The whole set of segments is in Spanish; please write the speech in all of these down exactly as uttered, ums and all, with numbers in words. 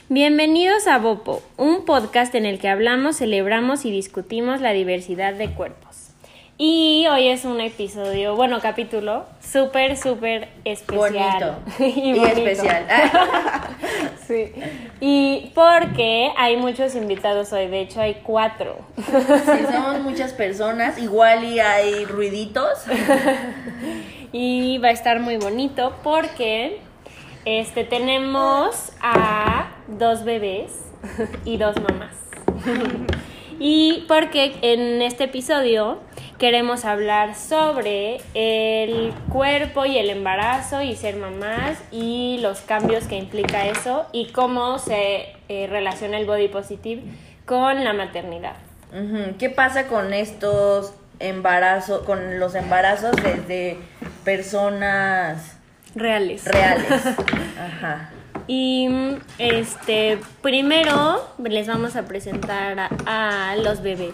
Bienvenidos a Bopo, un podcast en el que hablamos, celebramos y discutimos la diversidad de cuerpos. Y hoy es un episodio, bueno, capítulo súper, súper especial. Bonito y, y especial. Sí. Y porque hay muchos invitados hoy, de hecho hay cuatro. Sí, somos muchas personas, igual y hay ruiditos. Y va a estar muy bonito porque este tenemos a dos bebés y dos mamás. Y porque en este episodio queremos hablar sobre el cuerpo y el embarazo y ser mamás y los cambios que implica eso y cómo se eh, relaciona el body positive con la maternidad. Uh-huh. ¿Qué pasa con estos embarazos, con los embarazos desde personas reales? Reales. Ajá. Y este primero les vamos a presentar a, a los bebés.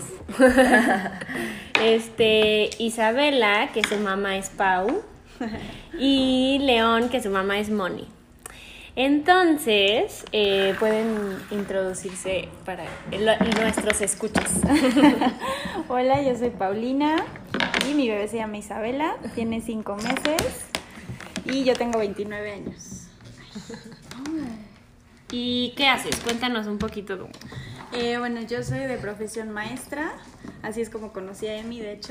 Este Isabela, que su mamá es Pau, y León, que su mamá es Moni. Entonces, eh, pueden introducirse para el, nuestros escuchas. Hola, yo soy Paulina y mi bebé se llama Isabela, tiene cinco meses y yo tengo veintinueve años. ¿Y qué haces? Cuéntanos un poquito cómo. Eh, bueno, yo soy de profesión maestra, así es como conocí a Emi, de hecho.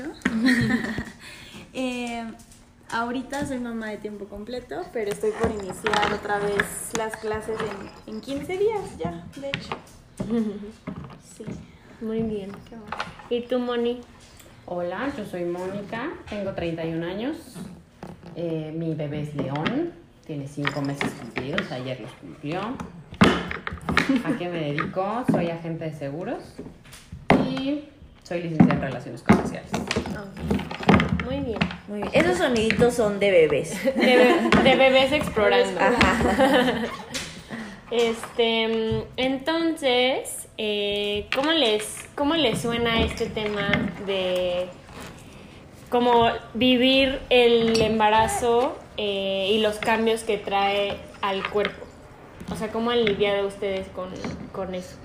eh, ahorita soy mamá de tiempo completo, pero estoy por iniciar otra vez las clases en, en quince días ya, de hecho. Sí. Muy bien. ¿Y tú, Moni? Hola, yo soy Mónica, tengo treinta y un años, eh, mi bebé es León, tiene cinco meses cumplidos, ayer los cumplió. ¿A qué me dedico? Soy agente de seguros y soy licenciada en Relaciones Comerciales. Okay. Muy bien. Muy bien. Esos soniditos son de bebés. De, be- de bebés explorando. Ajá. Este, entonces, eh, ¿cómo les, cómo les suena este tema de cómo vivir el embarazo eh, y los cambios que trae al cuerpo? O sea, ¿cómo han lidiado ustedes con, con eso?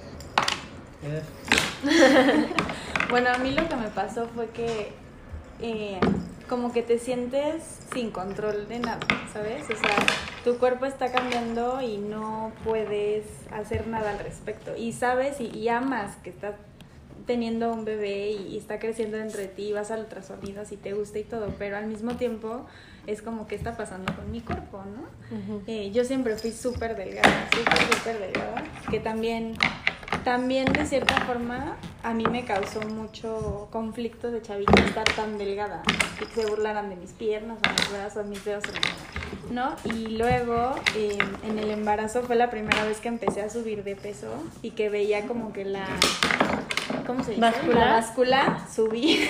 Bueno, a mí lo que me pasó fue que eh, como que te sientes sin control de nada, ¿sabes? O sea, tu cuerpo está cambiando y no puedes hacer nada al respecto. Y sabes y, y amas que estás teniendo un bebé y, y está creciendo dentro de ti y vas al ultrasonido si te gusta y todo, pero al mismo tiempo es como qué está pasando con mi cuerpo, ¿no? Uh-huh. Eh, yo siempre fui súper delgada, súper, súper delgada, que también, también de cierta forma a mí me causó mucho conflicto de chavita estar tan delgada, que se burlaran de mis piernas o mis brazos, mis dedos, ¿no? Y luego eh, en el embarazo fue la primera vez que empecé a subir de peso y que veía como que la... ¿Cómo se dice? ¿Báscula? La báscula, subí.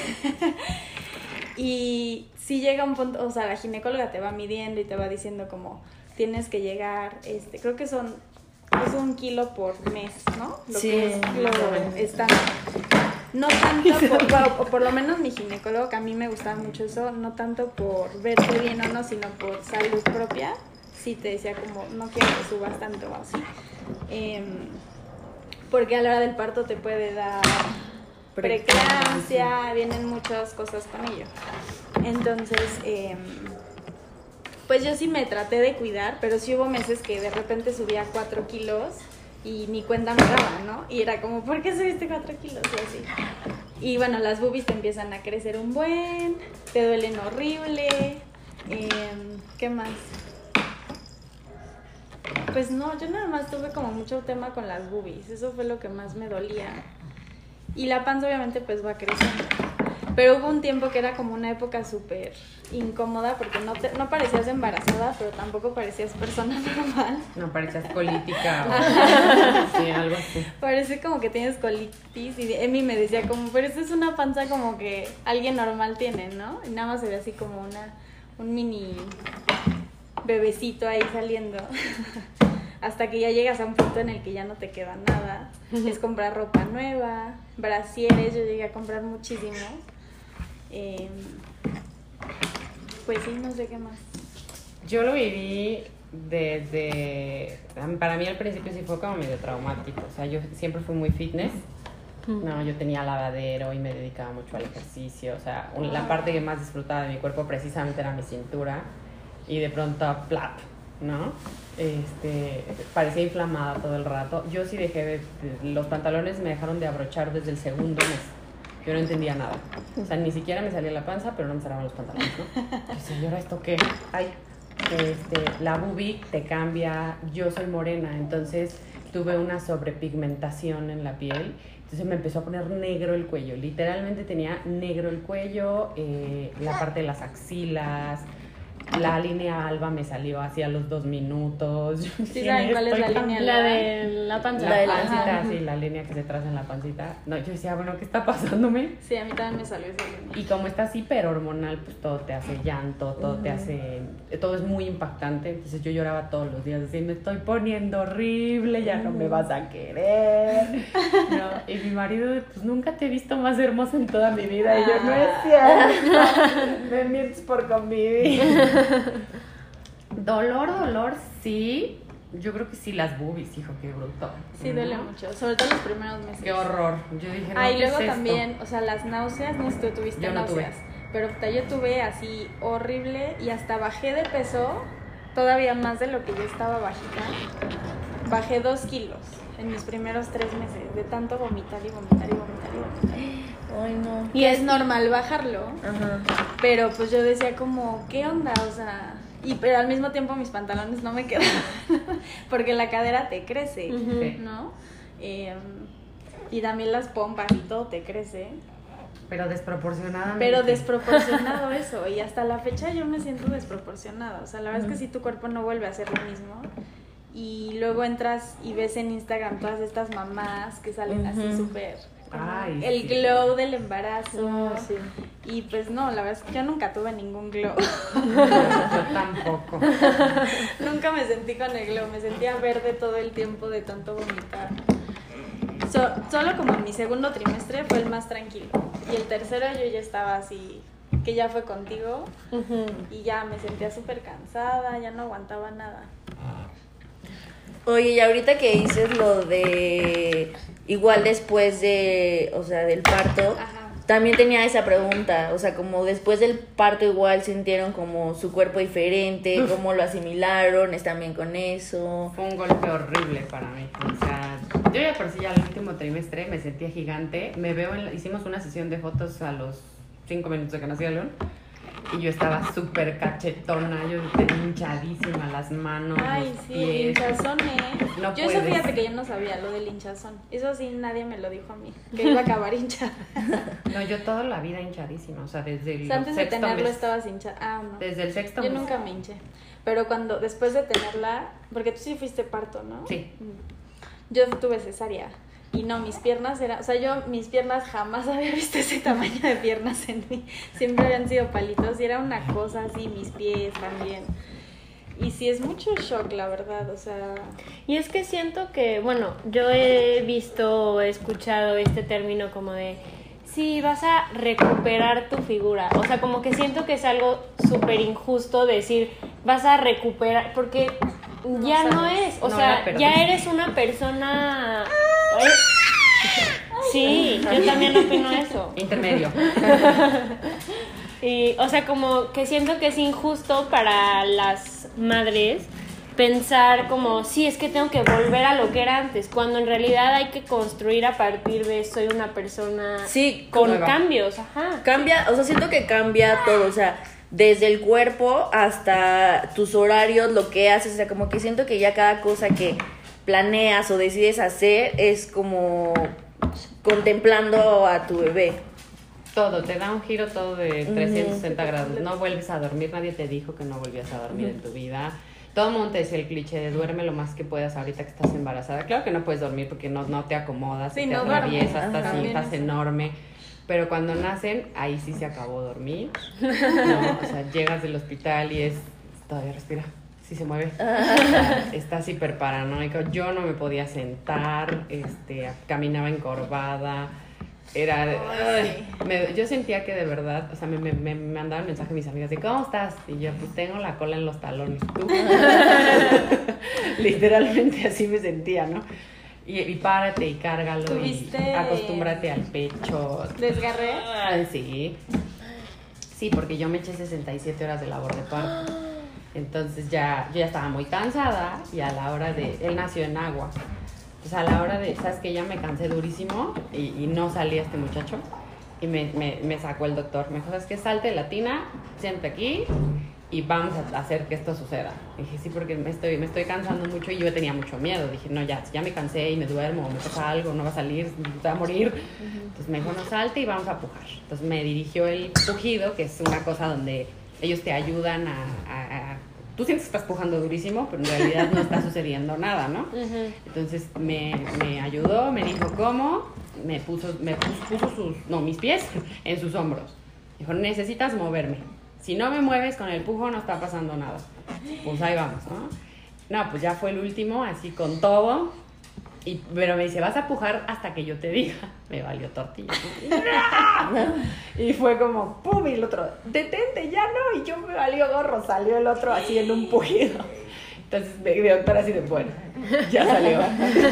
Y sí llega un punto, o sea, la ginecóloga te va midiendo y te va diciendo como tienes que llegar, este, creo que son, es un kilo por mes, ¿no? Lo sí, que es lo estándar. No tanto, por, bueno, o por lo menos mi ginecólogo, que a mí me gustaba mucho eso, no tanto por verte bien o no, sino por salud propia, sí te decía como, no quiero que subas tanto o así. Eh, porque a la hora del parto te puede dar preeclampsia, vienen muchas cosas con ello. Entonces, eh, pues yo sí me traté de cuidar, pero sí hubo meses que de repente subía cuatro kilos y ni cuenta me daba, ¿no? Y era como, ¿por qué subiste cuatro kilos? Y así. Y bueno, las boobies te empiezan a crecer un buen, te duelen horrible. Eh, ¿Qué más? Pues no, yo nada más tuve como mucho tema con las boobies, eso fue lo que más me dolía. Y la panza obviamente pues va creciendo. Pero hubo un tiempo que era como una época súper incómoda porque no, te, no parecías embarazada, pero tampoco parecías persona normal. No parecías colítica o sí, algo así. Parece como que tienes colitis y Emi me decía como, pero eso es una panza como que alguien normal tiene, ¿no? Y nada más se ve así como una un mini bebecito ahí saliendo. Hasta que ya llegas a un punto en el que ya no te queda nada. Es comprar ropa nueva, brasieres, yo llegué a comprar muchísimos. Eh, pues sí, no sé qué más. Yo lo viví desde... Para mí al principio sí fue como medio traumático. O sea, yo siempre fui muy fitness. No, yo tenía lavadero y me dedicaba mucho al ejercicio. O sea, un- la parte que más disfrutaba de mi cuerpo precisamente era mi cintura. Y de pronto, plap, ¿no? Este, parecía inflamada todo el rato. Yo sí dejé de... de- Los pantalones me dejaron de abrochar desde el segundo mes. Yo no entendía nada. O sea, ni siquiera me salía la panza, pero no me cerraban los pantalones, ¿no? Yo decía, ¿y ahora esto qué? Ay, este, la boobie te cambia. Yo soy morena, entonces tuve una sobrepigmentación en la piel. Entonces me empezó a poner negro el cuello. Literalmente tenía negro el cuello, eh, la parte de las axilas. La línea alba me salió hacia los dos minutos. Yo ¿Sí decía, saben cuál es la estoy línea La alba? de la panza. la La de la- pancita, Ajá. sí, la línea que se traza en la pancita. No, yo decía, bueno, ¿qué está pasándome? Sí, a mí también me salió esa línea. Y como estás hiper hormonal, pues todo te hace llanto, todo te hace... Todo es muy impactante. Entonces yo lloraba todos los días, decía, me estoy poniendo horrible, ya no me vas a querer. No, y mi marido, pues nunca te he visto más hermosa en toda mi vida. Y yo, no es cierto, me mientes por convivir. Dolor, dolor, sí. Yo creo que sí, las boobies, hijo, qué bruto. Sí, ¿no? duele mucho, sobre todo los primeros meses. Qué horror. Yo dije, no, Ah, y ¿qué luego es esto? también, o sea, las náuseas, no sé si tú tuviste Yo no tuve. náuseas, pero puta, yo tuve así horrible y hasta bajé de peso, todavía más de lo que yo estaba bajita. Bajé dos kilos en mis primeros tres meses, de tanto vomitar y vomitar y vomitar y vomitar. Ay, no. Y es normal bajarlo, Ajá. pero pues yo decía como, ¿qué onda? O sea, y pero al mismo tiempo mis pantalones no me quedaban, porque la cadera te crece, Ujú. ¿no? Eh, y también las pompas y todo te crece. Pero desproporcionadamente. Pero desproporcionado eso, y hasta la fecha yo me siento desproporcionada. O sea, la verdad es que si tu cuerpo no vuelve a ser lo mismo. Y luego entras y ves en Instagram todas estas mamás que salen así Ujú. súper... como Ay, el sí. glow del embarazo. Ah, sí. Y pues no, la verdad es que yo nunca tuve ningún glow. No, yo tampoco. Nunca me sentí con el glow, me sentía verde todo el tiempo de tanto vomitar. So- solo como en mi segundo trimestre fue el más tranquilo. Y el tercero yo ya estaba así, que ya fue contigo. Ujú. Y ya me sentía súper cansada, ya no aguantaba nada. Oye, y ahorita que dices lo de igual después de, o sea, del parto, Ajá. también tenía esa pregunta, o sea, como después del parto igual sintieron como su cuerpo diferente, cómo lo asimilaron, están bien con eso. Fue un golpe horrible para mí. O sea, yo ya por sí ya el último trimestre me sentía gigante. Me veo en la- hicimos una sesión de fotos a los cinco minutos de que nací a León. Y yo estaba súper cachetona, yo tenía hinchadísima las manos, Ay, los sí, pies. hinchazón, ¿eh? No yo eso puedes. fíjate que yo no sabía lo del hinchazón. Eso sí, nadie me lo dijo a mí, que iba a acabar hinchada. No, yo toda la vida hinchadísima, o sea, desde el O sea, antes de sexto tenerlo mes. estabas hinchada. Ah, no. Desde el sexto Yo mes. nunca me hinché. Pero cuando, después de tenerla, porque tú sí fuiste parto, ¿no? Sí. Mm. Yo tuve cesárea. Y no, mis piernas eran, o sea, yo mis piernas jamás había visto ese tamaño de piernas en mí. Siempre habían sido palitos y era una cosa así, mis pies también. Y sí es mucho shock, la verdad, o sea, Y es que siento que, bueno, yo he visto, he escuchado este término como de, sí, vas a recuperar tu figura. O sea, como que siento que es algo súper injusto decir, vas a recuperar, porque ya no, sabes. es. O No, sea, la perdiste. ya eres una persona... Ay. Sí, yo también opino eso. Intermedio. Y, o sea, como que siento que es injusto para las madres pensar como, sí, es que tengo que volver a lo que era antes, cuando en realidad hay que construir a partir de soy una persona Sí, con nueva. cambios, ajá. Cambia, o sea, siento que cambia todo, o sea, desde el cuerpo hasta tus horarios, lo que haces, o sea, como que siento que ya cada cosa que planeas o decides hacer es como contemplando a tu bebé. Todo, te da un giro todo de trescientos sesenta grados. No vuelves a dormir, nadie te dijo que no volvías a dormir en tu vida. Todo el mundo te decía el cliché de duerme lo más que puedas ahorita que estás embarazada. Claro que no puedes dormir porque no, no te acomodas, Sí, te no atraviesas, duermes. estás, Ajá. así, estás También eso. enorme. Pero cuando nacen, ahí sí se acabó dormir. No, o sea, llegas del hospital y es, todavía respira, sí se mueve. O sea, estás hiper paranoico. Yo no me podía sentar, este, caminaba encorvada. Era, Ay, ay, me- yo sentía que de verdad, o sea, me, me, me mandaban mensajes mis amigas de ¿cómo estás? Y yo, pues tengo la cola en los talones, tú. Literalmente así me sentía, ¿no? Y, y párate y cárgalo ¿Tuviste- y acostúmbrate al pecho. ¿Desgarré? Ay, sí. Sí, porque yo me eché sesenta y siete horas de labor de parto. Entonces ya, yo ya estaba muy cansada y a la hora de, él nació en agua. Pues a la hora de, ¿sabes qué? Ya me cansé durísimo y, y no salía este muchacho. Y me, me, me sacó el doctor. Me dijo, ¿sabes qué? Salte de la tina, siéntate aquí y vamos a hacer que esto suceda. Y dije, sí, porque me estoy, me estoy cansando mucho y yo tenía mucho miedo. Dije, no, ya, ya me cansé y me duermo, me pasa algo, no va a salir, se va a morir. Entonces me dijo, no, salte y vamos a pujar. Entonces me dirigió el pujido, que es una cosa donde ellos te ayudan a... a, a tú sientes que estás pujando durísimo, pero en realidad no está sucediendo nada, ¿no? Ujú. Entonces me, me ayudó, me dijo cómo, me puso, me puso, puso sus, no, mis pies en sus hombros. Dijo, necesitas moverme. Si no me mueves con el pujo no está pasando nada. Pues ahí vamos, ¿no? No, pues ya fue el último, así con todo. Y, pero me dice, vas a pujar hasta que yo te diga. Me valió tortilla, ¿no? Y fue como, pum, y el otro, detente, ya no. Y yo me valió gorro, salió el otro así en un pujido. Entonces mi doctor así de, bueno, ya salió.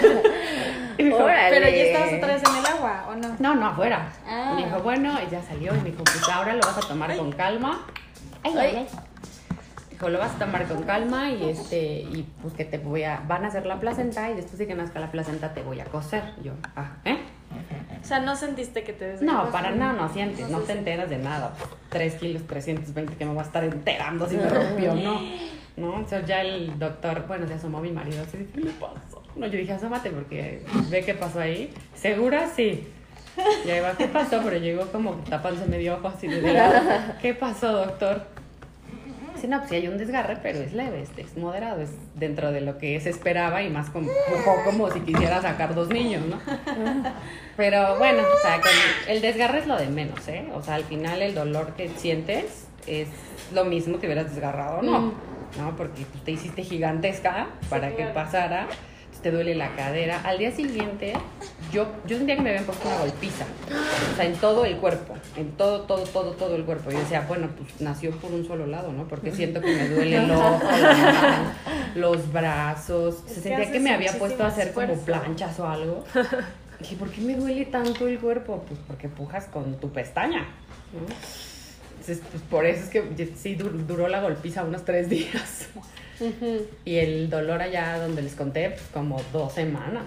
Y me dijo, Órale. Pero ya estabas otra vez en el agua, ¿o no? no, no, afuera. Ah. Y me dijo, bueno, y ya salió. Y me dijo, pues ahora lo vas a tomar con calma. Ay, ay, ay. Dijo, lo vas a tomar con calma y este, y pues que te voy a, van a hacer la placenta y después de que nazca la placenta te voy a coser. Y yo, ah, ¿eh? O sea, ¿no sentiste que te desgarraste? No, para nada no sientes, no sé te si- enteras de nada. Tres kilos, trescientos veinte que me voy a estar enterando si me rompió, no. No, entonces ya el doctor, bueno, se asomó mi marido, así, ¿qué le pasó? No, yo dije, asómate porque ve qué pasó ahí. ¿Segura? Sí. Y ahí va, ¿qué pasó? Pero llegó como tapándose medio ojo así de lado. ¿Qué pasó, doctor? Sí, no, pues sí hay un desgarre, pero es leve, este, es moderado, es dentro de lo que se esperaba y más como, como si quisiera sacar dos niños, ¿no? Pero bueno, o sea, con el desgarre es lo de menos, ¿eh? O sea, al final el dolor que sientes es lo mismo que hubieras desgarrado, ¿no? ¿No? Porque pues, te hiciste gigantesca para que claro. pasara, pues, te duele la cadera. Al día siguiente, yo, yo sentía que me habían puesto una golpiza, o sea, en todo el cuerpo, en todo, todo, todo, todo el cuerpo. Y yo decía, bueno, pues nació por un solo lado, ¿no? Porque siento que me duele el ojo, la mano, los brazos. Es Se que sentía que haces me había muchísimo puesto a hacer como esfuerzo. planchas o algo. Dije, ¿por qué me duele tanto el cuerpo? Pues porque pujas con tu pestaña, ¿no? Entonces, pues por eso es que sí dur- duró la golpiza unos tres días. Ujú. Y el dolor allá donde les conté, pues como dos semanas.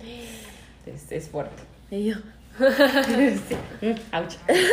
Es, es fuerte. Y yo. Sí. Mm, ouch.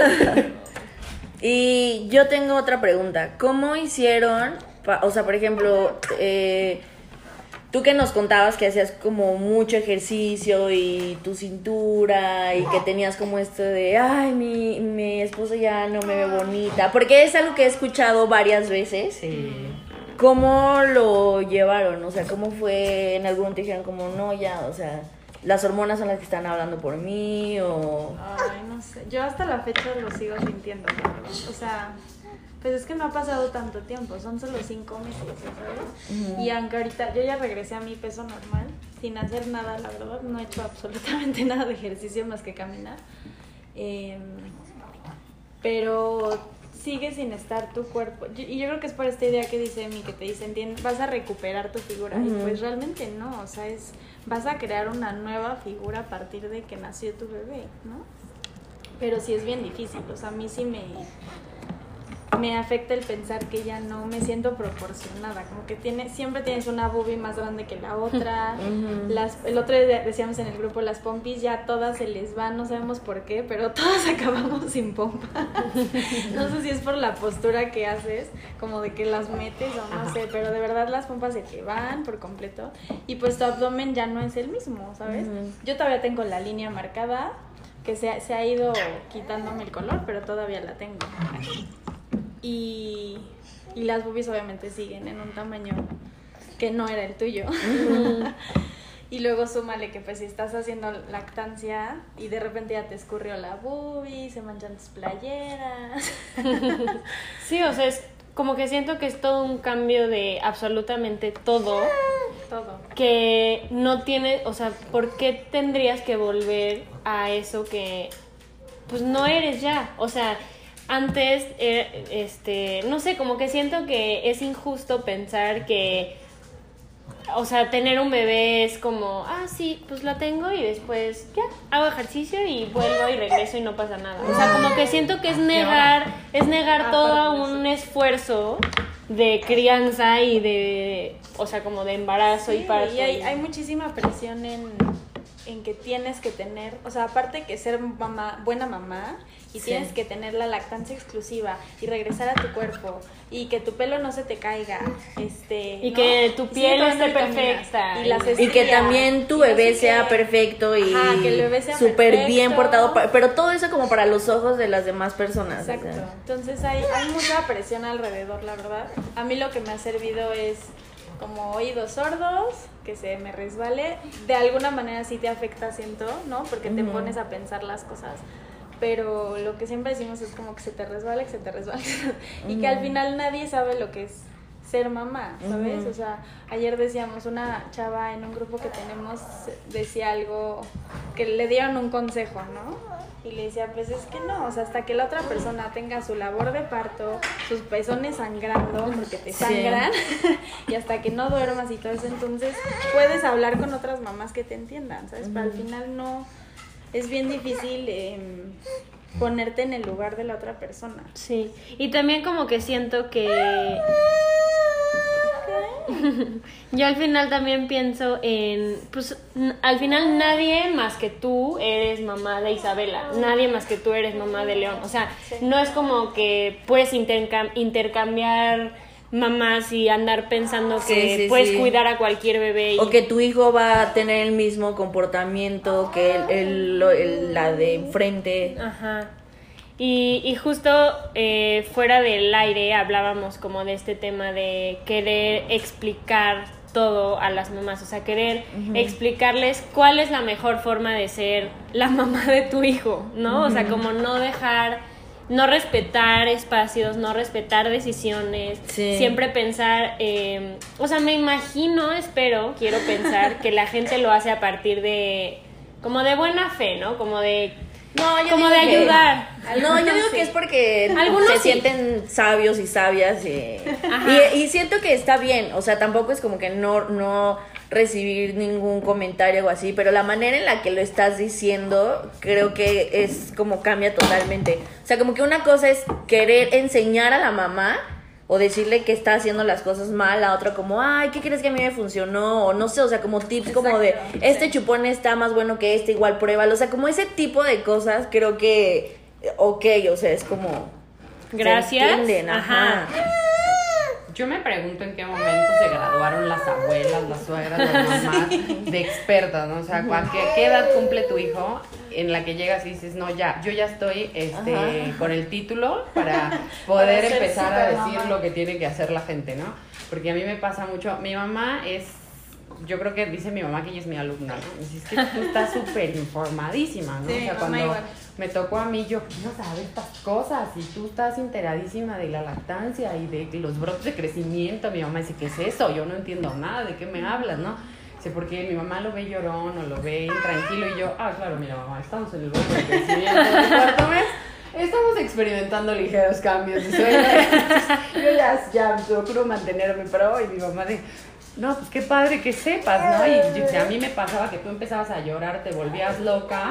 Y yo tengo otra pregunta. ¿Cómo hicieron? pa- O sea, por ejemplo, eh, tú que nos contabas que hacías como mucho ejercicio y tu cintura y que tenías como esto de, ay, mi, mi esposo ya no me ve bonita. Porque es algo que he escuchado varias veces. Sí. ¿Cómo lo llevaron? O sea, ¿cómo fue? En algún momento dijeron como, no, ya, o sea, las hormonas son las que están hablando por mí o... Ay, no sé. Yo hasta la fecha lo sigo sintiendo, la verdad. O sea, pues es que no ha pasado tanto tiempo. Son solo cinco meses, ¿sabes? Y aunque ahorita yo ya regresé a mi peso normal, sin hacer nada, la verdad. No he hecho absolutamente nada de ejercicio más que caminar. Eh, pero sigue sin estar tu cuerpo. Yo- y yo creo que es por esta idea que dice Emi, que te dicen, "Tien- vas a recuperar tu figura". Y Ujú. pues realmente no, o sea, es vas a crear una nueva figura a partir de que nació tu bebé, ¿no? Pero sí es bien difícil, o sea, a mí sí me, me afecta el pensar que ya no me siento proporcionada, como que tiene, siempre tienes una boobie más grande que la otra. Ujú. Las, el otro día decíamos en el grupo, las pompis ya todas se les van, no sabemos por qué, pero todas acabamos sin pompa. No sé si es por la postura que haces, como de que las metes o no sé, pero de verdad las pompas se te van por completo y pues tu abdomen ya no es el mismo, ¿sabes? Ujú. Yo todavía tengo la línea marcada, que se, ha- se ha ido quitándome el color, pero todavía la tengo. Y, y las boobies obviamente siguen en un tamaño que no era el tuyo. Y luego súmale que pues si estás haciendo lactancia y de repente ya te escurrió la boobie, se manchan tus playeras. Sí, o sea, es como que siento que es todo un cambio de absolutamente todo, Todo. que no tiene, o sea, ¿por qué tendrías que volver a eso que pues no eres ya. O sea, antes, eh, este, no sé, como que siento que es injusto pensar que, o sea, tener un bebé es como, ah, sí, pues lo tengo y después ya, hago ejercicio y vuelvo y regreso y no pasa nada. O sea, como que siento que es negar, es negar todo un esfuerzo de crianza y de, o sea, como de embarazo Sí, y parto. Y hay, hay muchísima presión en, en que tienes que tener, o sea, aparte que ser mamá, buena mamá, y Sí. tienes que tener la lactancia exclusiva y regresar a tu cuerpo y que tu pelo no se te caiga, este, Y ¿no? que tu Y piel sigue esté tomando vitaminas, perfecta. y, las Y que estrías, también tu y no bebé sé sea qué. perfecto y Ajá, que el bebé sea súper bien perfecto. portado, pa- pero todo eso como para los ojos de las demás personas. o Exacto. sea. Entonces hay, hay mucha presión alrededor, la verdad. A mí lo que me ha servido es como oídos sordos, que se me resbale. De alguna manera sí te afecta, siento, ¿no? Porque te Ujú. pones a pensar las cosas. Pero lo que siempre decimos es como que se te resbale, que se te resbale. Y que al final nadie sabe lo que es ser mamá, ¿sabes? Ujú. O sea, ayer decíamos, una chava en un grupo que tenemos decía algo, que le dieron un consejo, ¿no? Y le decía, pues es que no, o sea, hasta que la otra persona tenga su labor de parto, sus pezones sangrando, porque te Sí. sangran, y hasta que no duermas y todo eso, entonces puedes hablar con otras mamás que te entiendan, ¿sabes? Pero al final no, es bien difícil eh, ponerte en el lugar de la otra persona. Sí, y también como que siento que yo al final también pienso en, pues n- al final nadie más que tú eres mamá de Isabela, nadie más que tú eres mamá de León, o sea, no es como que puedes intercam- intercambiar mamás y andar pensando que Sí, sí, puedes sí. cuidar a cualquier bebé y... O que tu hijo va a tener el mismo comportamiento que el, el- lo- el- la de enfrente. Ajá. Y, y justo eh, fuera del aire hablábamos como de este tema de querer explicar todo a las mamás, o sea, querer explicarles cuál es la mejor forma de ser la mamá de tu hijo, ¿no? O sea, como no dejar, no respetar espacios, no respetar decisiones, Sí. siempre pensar, eh, o sea, me imagino, espero, quiero pensar que la gente lo hace a partir de, como de buena fe, ¿no? Como de... No, yo como digo de que- ayudar. No, yo digo que es porque Algunos se sí. sienten sabios y sabias y, Ajá. y, y siento que está bien, o sea, tampoco es como que no, no recibir ningún comentario o así, pero la manera en la que lo estás diciendo creo que es como cambia totalmente. O sea, como que una cosa es querer enseñar a la mamá o decirle que está haciendo las cosas mal, a otra como, ay, ¿qué crees que a mí me funcionó? O no sé, o sea, como tips como de, Exacto, este sí. chupón está más bueno que este, igual pruébalo. O sea, como ese tipo de cosas creo que, ok, o sea, es como... se Gracias. entienden, ajá. Ajá. Yo me pregunto en qué momento se graduaron las abuelas, las suegras, las mamás de expertas, ¿no? O sea, ¿a qué, qué edad cumple tu hijo en la que llegas y dices, no, ya, yo ya estoy este, Ajá. con el título para poder Para ser empezar a decir supermamá. lo que tiene que hacer la gente, ¿no? Porque a mí me pasa mucho, mi mamá es, yo creo que dice mi mamá que ella es mi alumna, ¿no? Y dice, es que tú estás súper informadísima, ¿no? Sí, o sea, mamá cuando igual. me tocó a mí, yo no sabes estas cosas y tú estás enteradísima de la lactancia y de los brotes de crecimiento. Mi mamá dice, ¿qué es eso? Yo no entiendo nada, ¿de qué me hablas, no? Dice, porque mi mamá lo ve llorón o lo ve intranquilo y yo, ah, claro, mira mamá, estamos en el brote de crecimiento del cuarto mes, estamos experimentando ligeros cambios de sueño. Yo ya, ya procuro mantenerme pro y mi mamá de... No, pues qué padre que sepas, ¿no? Y yo- a mí me pasaba que tú empezabas a llorar, te volvías loca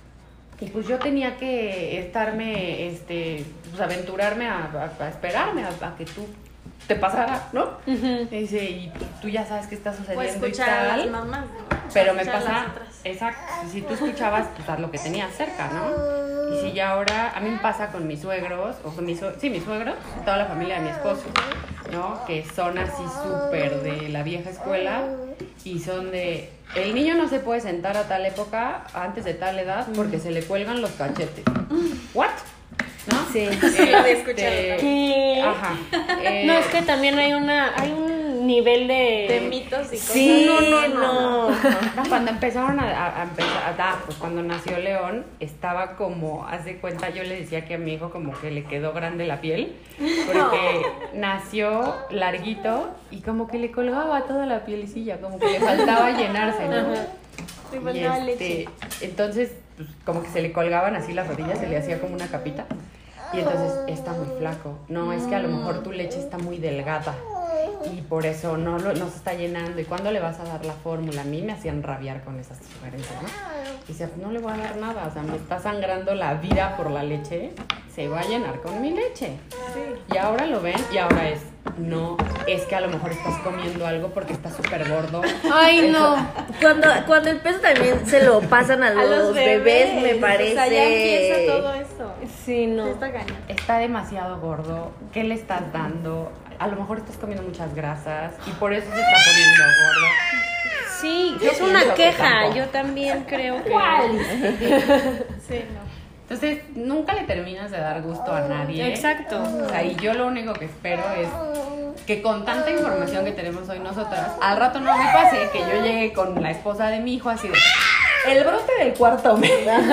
y pues yo tenía que estarme, este, pues aventurarme a, a- a esperarme a, a que tú te pasara, ¿no? Ujú. Y dice, y tú ya sabes qué está O sucediendo escuchar y a las tal. mamás, ¿no? Pero me Escuchar a pasa, las otras. exacto, si tú escuchabas, pues haz lo que tenías cerca, ¿no? Y si ya ahora, a mí me pasa con mis suegros, o con mis, sue- sí, mis suegros, toda la familia de mi esposo, ¿no? Que son así súper de la vieja escuela y son de, el niño no se puede sentar a tal época, antes de tal edad, porque se le cuelgan los cachetes. ¿What? ¿No? Sí. Sí, lo había escuchado Este, ¿Qué? Ajá. eh, No, es que también hay una, hay un nivel de... De mitos y cosas. Sí, No, no, no. No, cuando empezaron a, a- a empezar, a dar, pues cuando nació León, estaba como, haz de cuenta, yo le decía que a mi hijo como que le quedó grande la piel, porque nació larguito y como que le colgaba toda la pielecilla, como que le faltaba llenarse, ¿no? Le Y faltaba este, leche. entonces, pues, como que se le colgaban así las rodillas, se le hacía como una capita. Y entonces está muy flaco. No, es que a lo mejor tu leche está muy delgada y por eso no, lo, no se está llenando. ¿Y cuándo le vas a dar la fórmula? A mí me hacían rabiar con esas sugerencias, ¿no? Y decía, pues no le voy a dar nada, o sea, me está sangrando la vida por la leche, se va a llenar con mi leche. Sí. Y ahora lo ven y ahora es, no, es que a lo mejor estás comiendo algo porque estás súper gordo. Ay, no. Cuando, cuando el peso también se lo pasan a los, A los bebés, bebés, me parece. O sea, ya empieza todo eso. Sí, no. Sí, está cañón. Está demasiado gordo, ¿qué le estás dando? A lo mejor estás comiendo muchas grasas y por eso se está poniendo gordo. Sí, Yo es una pienso que queja. tampoco. Yo también creo que. Sí, no. Entonces, nunca le terminas de dar gusto a nadie. Exacto. O sea, y yo lo único que espero es que con tanta información que tenemos hoy nosotras, al rato no me pase que yo llegue con la esposa de mi hijo así de, el brote del cuarto mes.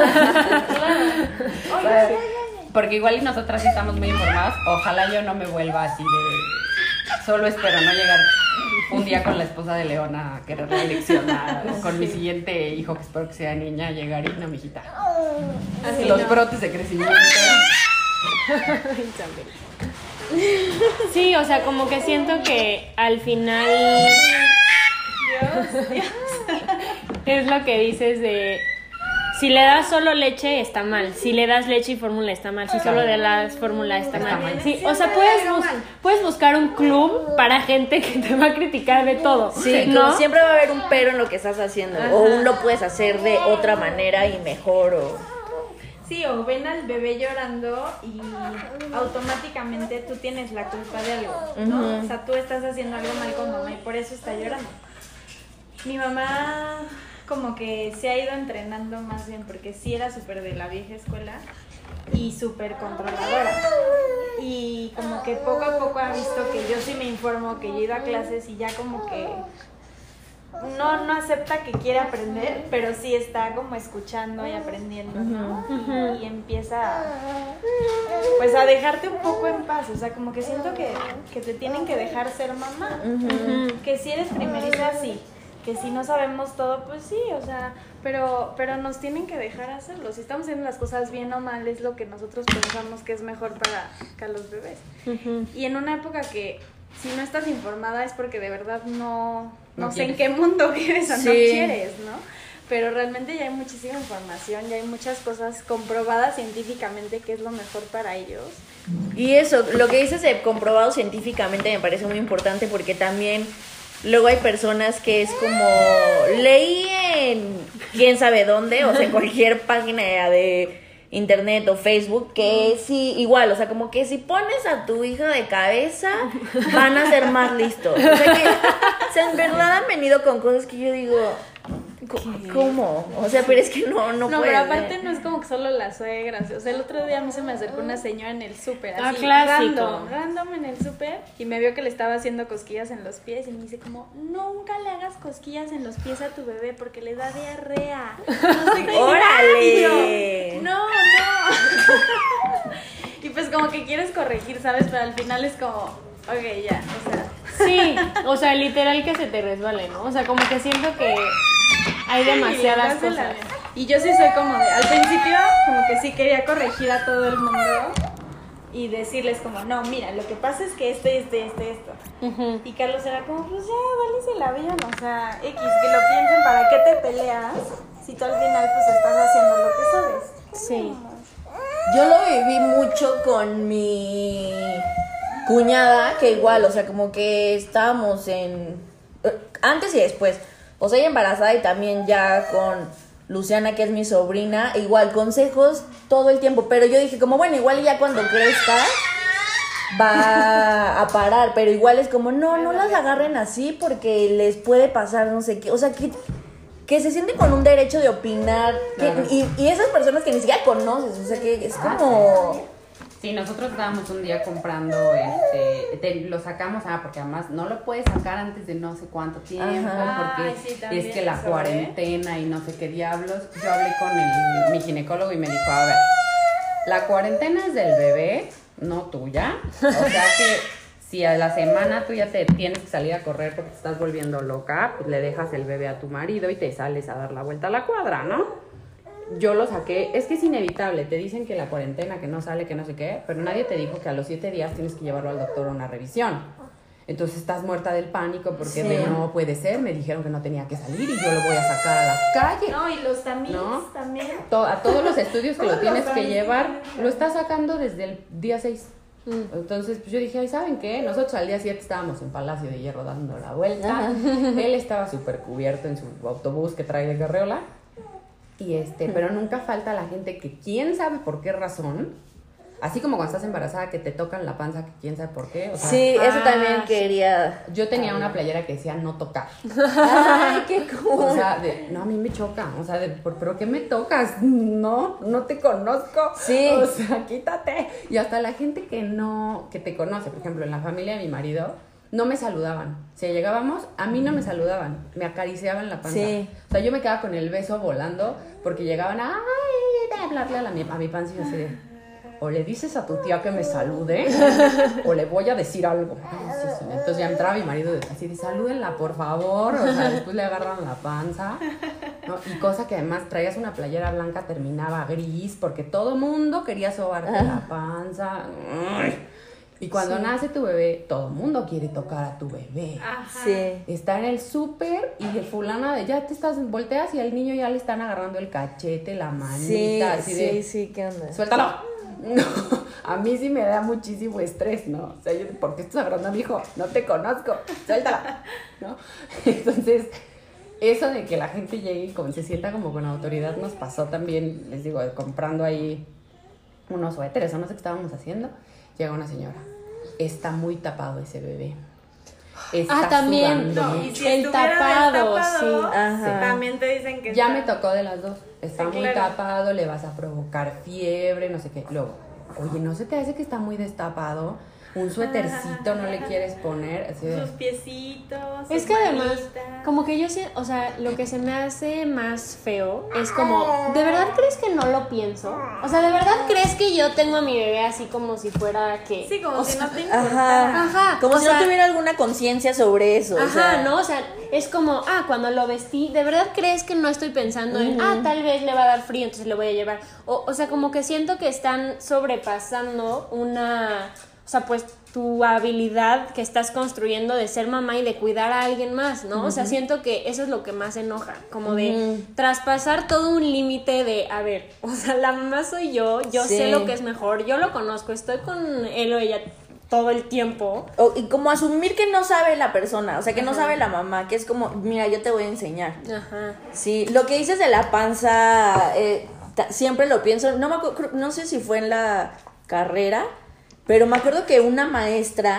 Porque igual y nosotras sí estamos muy informadas. Ojalá yo no me vuelva así de, solo espero no llegar un día con la esposa de Leona a querer reeleccionar, con mi siguiente hijo, que espero que sea niña, llegar y no, mijita. Así Los no. brotes de crecimiento. Sí, o sea, como que siento que al final Dios, Dios. es lo que dices de si le das solo leche está mal, si le das leche y fórmula está mal, si solo le das fórmula está Está mal. mal. Sí, o sea, puedes, bus- puedes buscar un club para gente que te va a criticar de todo. Sí, ¿no? como siempre va a haber un pero en lo que estás haciendo. O un lo puedes hacer de otra manera y mejor. O... Sí, o ven al bebé llorando y automáticamente tú tienes la culpa de algo, ¿no? Ujú. O sea, tú estás haciendo algo mal con mamá y por eso está llorando. Mi mamá como que se ha ido entrenando más bien porque sí era súper de la vieja escuela y súper controladora. Y como que poco a poco ha visto que yo sí me informo, que yo he ido a clases y ya como que no, no acepta que quiere aprender, pero sí está como escuchando y aprendiendo, ¿no? Y, y empieza pues a dejarte un poco en paz, o sea, como que siento que, que te tienen que dejar ser mamá, que si eres primeriza, sí, que si no sabemos todo, pues sí, o sea, pero, pero nos tienen que dejar hacerlo, si estamos haciendo las cosas bien o mal es lo que nosotros pensamos que es mejor para, para los bebés. Ujú. Y en una época que si no estás informada es porque de verdad no, no, No sé en quieres. qué mundo vives o Sí. no quieres, ¿no? Pero realmente ya hay muchísima información, ya hay muchas cosas comprobadas científicamente que es lo mejor para ellos. Y eso, lo que dices de comprobado científicamente me parece muy importante porque también luego hay personas que es como leí en quién sabe dónde, o sea, en cualquier página de internet o Facebook, que sí, igual, o sea, como que si pones a tu hijo de cabeza, van a ser más listos. O sea, que o sea, en verdad han venido con cosas que yo digo, ¿cómo? O sea, pero es que no, no, No, puede pero ser. aparte no es como que solo las suegras. O sea, el otro día a mí se me acercó una señora en el súper, Ah, así, clásico. random, random en el súper, y me vio que le estaba haciendo cosquillas en los pies y me dice como, nunca le hagas cosquillas en los pies a tu bebé porque le da diarrea. No sé qué. ¡Órale! Y yo, no, no. Y pues como que quieres corregir, ¿sabes? Pero al final es como, ok, ya, o sea. Sí, o sea, literal que se te resbale, ¿no? O sea, como que siento que hay demasiadas Sí, cosas. y yo sí soy como de, al principio como que sí quería corregir a todo el mundo y decirles como, no, mira, lo que pasa es que este, este, este, esto. Ujú. Y Carlos era como, pues ya, dale el avión, o sea, X, que lo piensen, ¿para qué te peleas? Si tú al final pues estás haciendo lo que sabes. Sí. Yo lo viví mucho con mi cuñada, que igual, o sea, como que estábamos en... Antes y después. O sea, ella embarazada y también ya con Luciana, que es mi sobrina, igual, consejos todo el tiempo. Pero yo dije como, bueno, igual ya cuando crezca va a parar. Pero igual es como, no, no las agarren así porque les puede pasar no sé qué. O sea, que... que se sienten con un derecho de opinar, que- Claro. y, y esas personas que ni siquiera conoces, o sea que es como... Sí, nosotros estábamos un día comprando, este, te- lo sacamos, ah, porque además no lo puedes sacar antes de no sé cuánto tiempo, Ajá. porque Ay, sí, también es que la eso, ¿eh? cuarentena y no sé qué diablos. Yo hablé con el- mi ginecólogo y me dijo, a ver, la cuarentena es del bebé, no tuya, o sea que si a la semana tú ya te tienes que salir a correr porque te estás volviendo loca, pues le dejas el bebé a tu marido y te sales a dar la vuelta a la cuadra, ¿no? yo lo saqué, es que es inevitable, te dicen que la cuarentena, que no sale, que no sé qué, pero nadie te dijo que a los siete días tienes que llevarlo al doctor a una revisión. Entonces estás muerta del pánico porque Sí. de no puede ser, me dijeron que no tenía que salir y yo lo voy a sacar a la calle. No, y los tamiz ¿No? también. To- a todos los estudios que lo Todos tienes los que tamiz. llevar, lo estás sacando desde el día seis. Entonces, pues yo dije, ay, ¿saben qué? Nosotros al día siete estábamos en Palacio de Hierro dando la vuelta. Él estaba súper cubierto en su autobús que trae de Carreola. Y este, pero nunca falta la gente que quién sabe por qué razón, así como cuando estás embarazada que te tocan la panza, que quién sabe por qué. O sea, Sí, eso Ah, también sí. quería. yo tenía una playera que decía no tocar. Ay, qué cool. O sea, de, no, a mí me choca. O sea, de, ¿por, ¿pero qué me tocas? No, no te conozco. Sí. O sea, quítate. Y hasta la gente que no, que te conoce, por ejemplo, en la familia de mi marido, no me saludaban. Si llegábamos, a mí no me saludaban. Me acariciaban la panza. Sí. O sea, yo me quedaba con el beso volando porque llegaban a, ay, a hablarle a, la, a mi panza y yo así de, o le dices a tu tía que me salude o le voy a decir algo. Ay, sí, sí. Entonces ya entraba mi marido así de, salúdenla por favor. O sea, después le agarran la panza, ¿no? Y cosa que además traías una playera blanca, terminaba gris porque todo mundo quería sobarte la panza. Ay. Y cuando Sí. nace tu bebé, todo el mundo quiere tocar a tu bebé. Ajá. Sí. Está en el súper y el fulana de ya te estás, volteas y al niño ya le están agarrando el cachete, la manita, Sí, así sí, de, sí, ¿qué onda? suéltalo. No, a mí sí me da muchísimo estrés, ¿no? O sea, yo, ¿por qué estás agarrando a mi hijo? No te conozco, suéltala, ¿no? Entonces, eso de que la gente llegue y como se sienta como con autoridad nos pasó también, les digo, comprando ahí unos suéteres o no sé qué estábamos haciendo. Llega una señora, está muy tapado ese bebé. Está Ah, también. sudando No, mucho. y si El estuviera tapado, destapado, sí. Ajá. también te dicen que Ya está- me tocó de las dos. Está Sí, muy claro. tapado, le vas a provocar fiebre, no sé qué. Luego, oye, ¿no se te hace que está muy destapado? Un suétercito no le quieres poner. Así de- sus piecitos. Es sus que además, manitas. como que yo sé, o sea, lo que se me hace más feo es como, ¿de verdad crees que no lo pienso? O sea, ¿de verdad crees que yo tengo a mi bebé así como si fuera que... Sí, como o si sea, no te Ajá. importara. Ajá. Como o si sea, no tuviera alguna conciencia sobre eso. o Ajá, sea. ¿no? O sea, es como, ah, cuando lo vestí, ¿de verdad crees que no estoy pensando en, ah, tal vez le va a dar frío, entonces lo voy a llevar? O, o sea, como que siento que están sobrepasando una, o sea, pues tu habilidad que estás construyendo de ser mamá y de cuidar a alguien más, ¿no? O sea, siento que eso es lo que más enoja, como de traspasar todo un límite de, a ver, o sea, la mamá soy yo, yo Sí. sé lo que es mejor, yo lo conozco, estoy con él o ella todo el tiempo. O- y como asumir que no sabe la persona, o sea, que no sabe la mamá, que es como, mira, yo te voy a enseñar. Ajá. Sí, lo que dices de la panza, eh, ta- siempre lo pienso, no me acu- creo- no sé si fue en la carrera, pero me acuerdo que una maestra,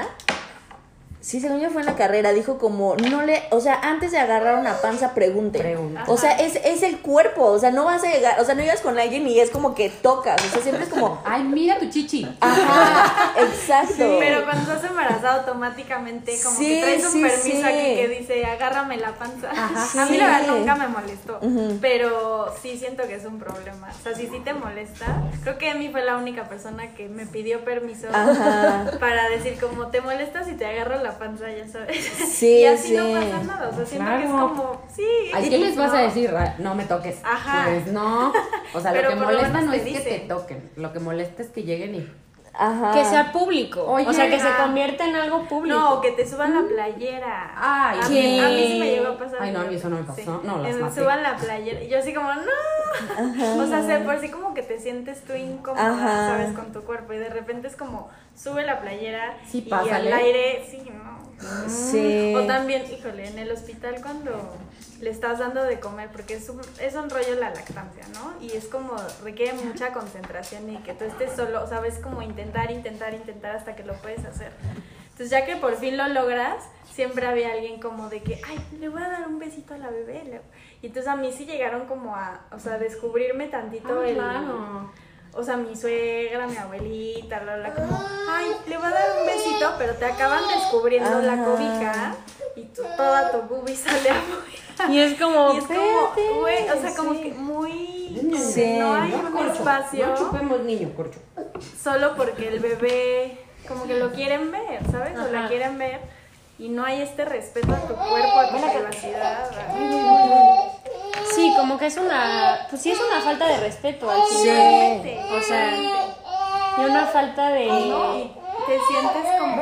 sí, según yo fue en la carrera, dijo como, no le, o sea, antes de agarrar una panza, pregunte. Pregunta. O sea, es, es el cuerpo, o sea, no vas a llegar, o sea, no llegas con alguien y es como que tocas, o sea, siempre es como, Ay, mira tu chichi. ajá, exacto. Pero cuando estás embarazada automáticamente como Sí, que traes un sí, permiso sí. aquí que dice agárrame la panza. Ajá, A mí sí. la verdad nunca me molestó, Ujú. pero sí siento que es un problema. O sea, si sí te molesta, creo que Emi fue la única persona que me pidió permiso Ajá. para decir como te molesta si te agarro la panza, ya sabes. Sí, y así sí. no pasa nada, o sea, siento que es Claro. como, sí. ¿A y qué les vas a no. decir? Ra- No me toques. Ajá. Pues no. O sea, Pero lo que por lo molesta menos no te es que te dicen. toquen. Lo que molesta es que lleguen y. Ajá. Que sea público. Oye, o sea, que se ajá. convierta en algo público. No, que te suban la playera. Ay, a, ¿qué? mí, a mí sí me llegó a pasar. Ay, no, a mí eso no me pasó. No, las Que me maté. suban la playera. Y yo así como, no. O sea, se- por así como que te sientes tú incómoda, Ajá. ¿sabes? Con tu cuerpo. Y de repente es como, sube la playera Sí, y pásale. al aire, sí, no. Sí. O también, híjole, en el hospital cuando le estás dando de comer, porque es un, es un rollo la lactancia, ¿no? Y es como, requiere mucha concentración y que tú estés solo, sabes, como intentar, intentar, intentar hasta que lo puedes hacer. Entonces ya que por fin lo logras, siempre había alguien como de que, ay, le voy a dar un besito a la bebé. le- Y entonces a mí sí llegaron como a, o sea, descubrirme tantito Ah, el... claro. O sea, mi suegra, mi abuelita, bla, bla, como, ay, le voy a dar un besito, pero te acaban descubriendo la Ajá. cobija y tu- toda tu boobie sale afuera. Y es como, Y es como, güey, o sea, como sí. que muy... Sí. No hay No, un corcho. espacio No chupemos niño, corcho. solo porque el bebé como que lo quieren ver, ¿sabes? O la Ajá. quieren ver y no hay este respeto a tu cuerpo, a tu privacidad. a- Sí, como que es una, pues sí es una falta de respeto al Sí. final. O sea, y una falta de... ¿no? Y te sientes como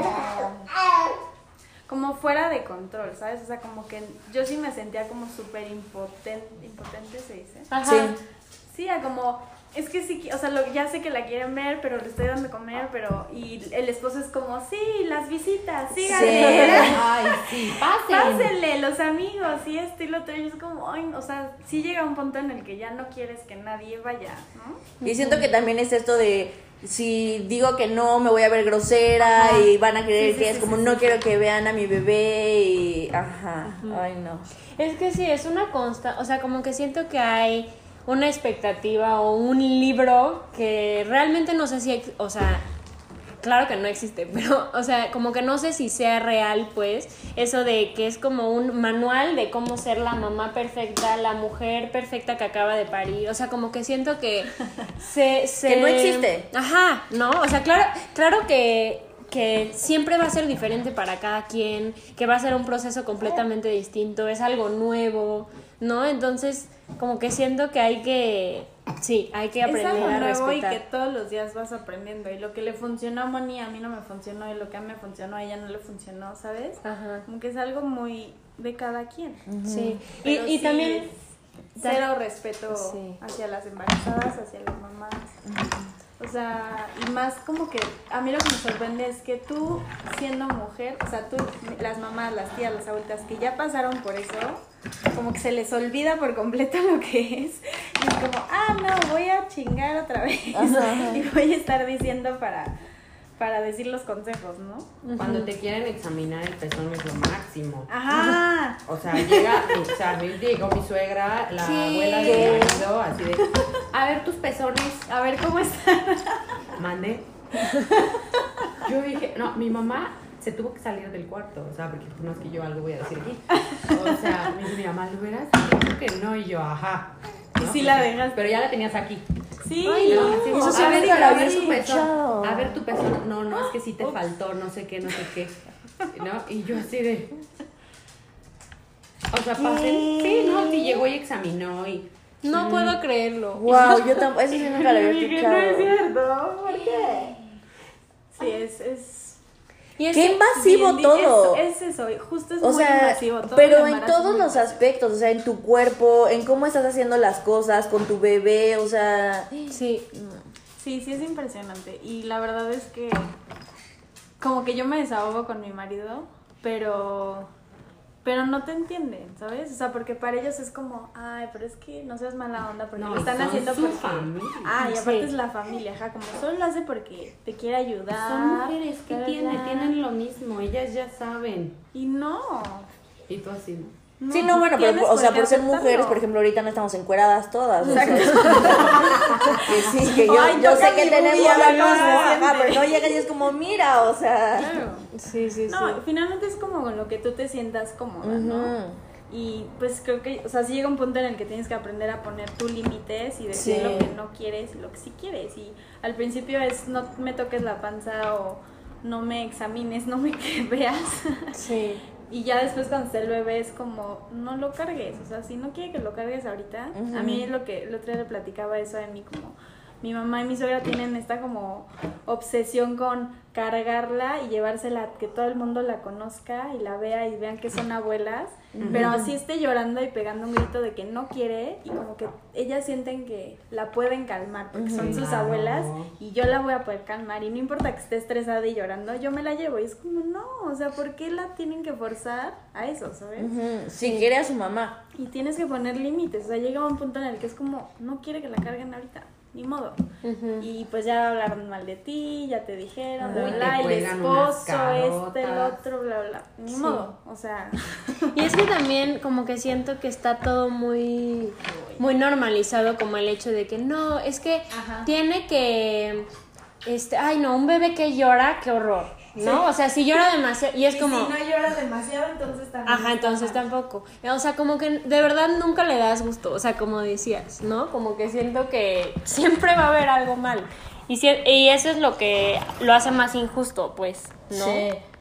como fuera de control, ¿sabes? O sea, como que yo sí me sentía como súper impotente, impotente se dice. Ajá. Sí. Sí, a como, es que sí, o sea, lo, ya sé que la quieren ver, pero le estoy dando de comer, pero, y el esposo es como, sí, las visitas, síganle, Ay, sí, pasen. pásenle, los amigos, y esto y lo otro, y es como, ay, o sea, sí llega un punto en el que ya no quieres que nadie vaya, ¿no? Y siento que también es esto de, si digo que no, me voy a ver grosera. Ajá. Y van a creer Sí, sí, que sí, es como, sí, no sí. quiero que vean a mi bebé y, ajá, ay no. Es que sí, es una consta, o sea, como que siento que hay una expectativa o un libro que realmente no sé si, ex- o sea, claro que no existe, pero, o sea, como que no sé si sea real, pues, eso de que es como un manual de cómo ser la mamá perfecta, la mujer perfecta que acaba de parir, o sea, como que siento que se... se Que no existe. Ajá, ¿no? O sea, claro, claro que... que siempre va a ser diferente para cada quien, que va a ser un proceso completamente distinto, es algo nuevo, ¿no? Entonces, como que siento que hay que, sí, hay que aprender es algo a nuevo respetar. y que todos los días vas aprendiendo, y lo que le funcionó a Moni a mí no me funcionó, y lo que a mí me funcionó a ella no le funcionó, ¿sabes? Ajá. Como que es algo muy de cada quien. Sí, y, Pero y sí, también... es cero respeto Sí. hacia las embarazadas, hacia las mamás. O sea, y más como que a mí lo que me sorprende es que tú, siendo mujer, o sea, tú, las mamás, las tías, las abuelitas que ya pasaron por eso, como que se les olvida por completo lo que es. Y es como, ah, no, voy a chingar otra vez. Y voy a estar diciendo para, para decir los consejos, ¿no? Cuando te quieren examinar el pezón es lo máximo. Ajá. O sea, llega, o sea, me llegó mi suegra, la Sí. abuela de mi marido, así de, a ver tus pezones, A ver cómo está. mande. Yo dije, no, mi mamá se tuvo que salir del cuarto, o sea, porque no es que yo algo voy a decir aquí. O sea, me dice mi mamá, ¿lo verás? Creo que no, y yo, ajá. Y sí la dejas. Pero ya la tenías aquí. Sí. Ay, ¿no? no, Así, eso a sí ver, nunca lo a había ver tu escuchado. pezón, a ver tu pezón, no, no, es que sí te faltó, no sé qué, no sé qué, ¿no? Y yo así de, o sea, pasen, sí, no, sí llegó y examinó y, No puedo creerlo. Wow, yo tampoco, eso sí nunca lo había Dije, escuchado. no es cierto, ¿por qué? Sí, es... es Y es Qué que- invasivo bien, todo. Es, es eso, justo es O muy sea, invasivo. Todo pero el en embarazo es todos muy los invasivo. aspectos, o sea, en tu cuerpo, en cómo estás haciendo las cosas con tu bebé, o sea, sí, Sí, sí es impresionante. Y la verdad es que como que yo me desahogo con mi marido, pero pero no te entienden, ¿sabes? O sea, porque para ellos es como, ay, pero es que no seas mala onda porque No, lo están son haciendo su porque familia. Ah, y aparte Sí. es la familia, ajá, como solo lo hace porque te quiere ayudar. son mujeres que bla, bla, tienen, bla. tienen lo mismo, ellas ya saben, Y no. y tú así, ¿no? no sí, no, bueno, pero, tienes o sea, qué por ser aceptarlo. mujeres, por ejemplo, ahorita no estamos encueradas todas, o sea, Exacto. que sí, que yo, Ay, yo toca sé que mi tenemos bulla, la me misma, acabo de ajá, pero no llegas y es como, mira, o sea, Claro. sí, sí, No, sí. finalmente es como con lo que tú te sientas cómoda, ¿no? Ujú. Y pues creo que, o sea, sí llega un punto en el que tienes que aprender a poner tus límites y decir Sí. lo que no quieres y lo que sí quieres. Y al principio es no me toques la panza o no me examines, no me veas. Sí. Y ya después cuando esté el bebé es como, no lo cargues, o sea, si no quiere que lo cargues ahorita, Ujú. a mí es lo que el otro día le platicaba eso de mí, como mi mamá y mi suegra tienen esta como obsesión con cargarla y llevársela, que todo el mundo la conozca y la vea y vean que son abuelas, pero así esté llorando y pegando un grito de que no quiere y como que ellas sienten que la pueden calmar porque son sus Claro. abuelas y yo la voy a poder calmar y no importa que esté estresada y llorando, yo me la llevo y es como no, o sea, ¿por qué la tienen que forzar a eso, sabes? ujú, si quiere a su mamá. Y tienes que poner límites, o sea, llega un punto en el que es como, no quiere que la carguen ahorita, ni modo. Ujú. Y pues ya hablaron mal de ti, ya te dijeron, bla, Uy, bla, te el cuelgan unas esposo, este, el carotas. otro, bla, bla, ni Sí. modo, o sea, Y es que también como que siento que está todo muy muy normalizado, como el hecho de que no, es que Ajá. tiene que este, ay no, un bebé que llora, qué horror, ¿no? O sea, si llora demasiado y es como si no lloras demasiado, entonces también ajá, está entonces mal. tampoco. O sea, como que de verdad nunca le das gusto, o sea, como decías, ¿no? Como que siento que siempre va a haber algo mal. Y, si- y eso es lo que lo hace más injusto, pues, ¿no? Sí.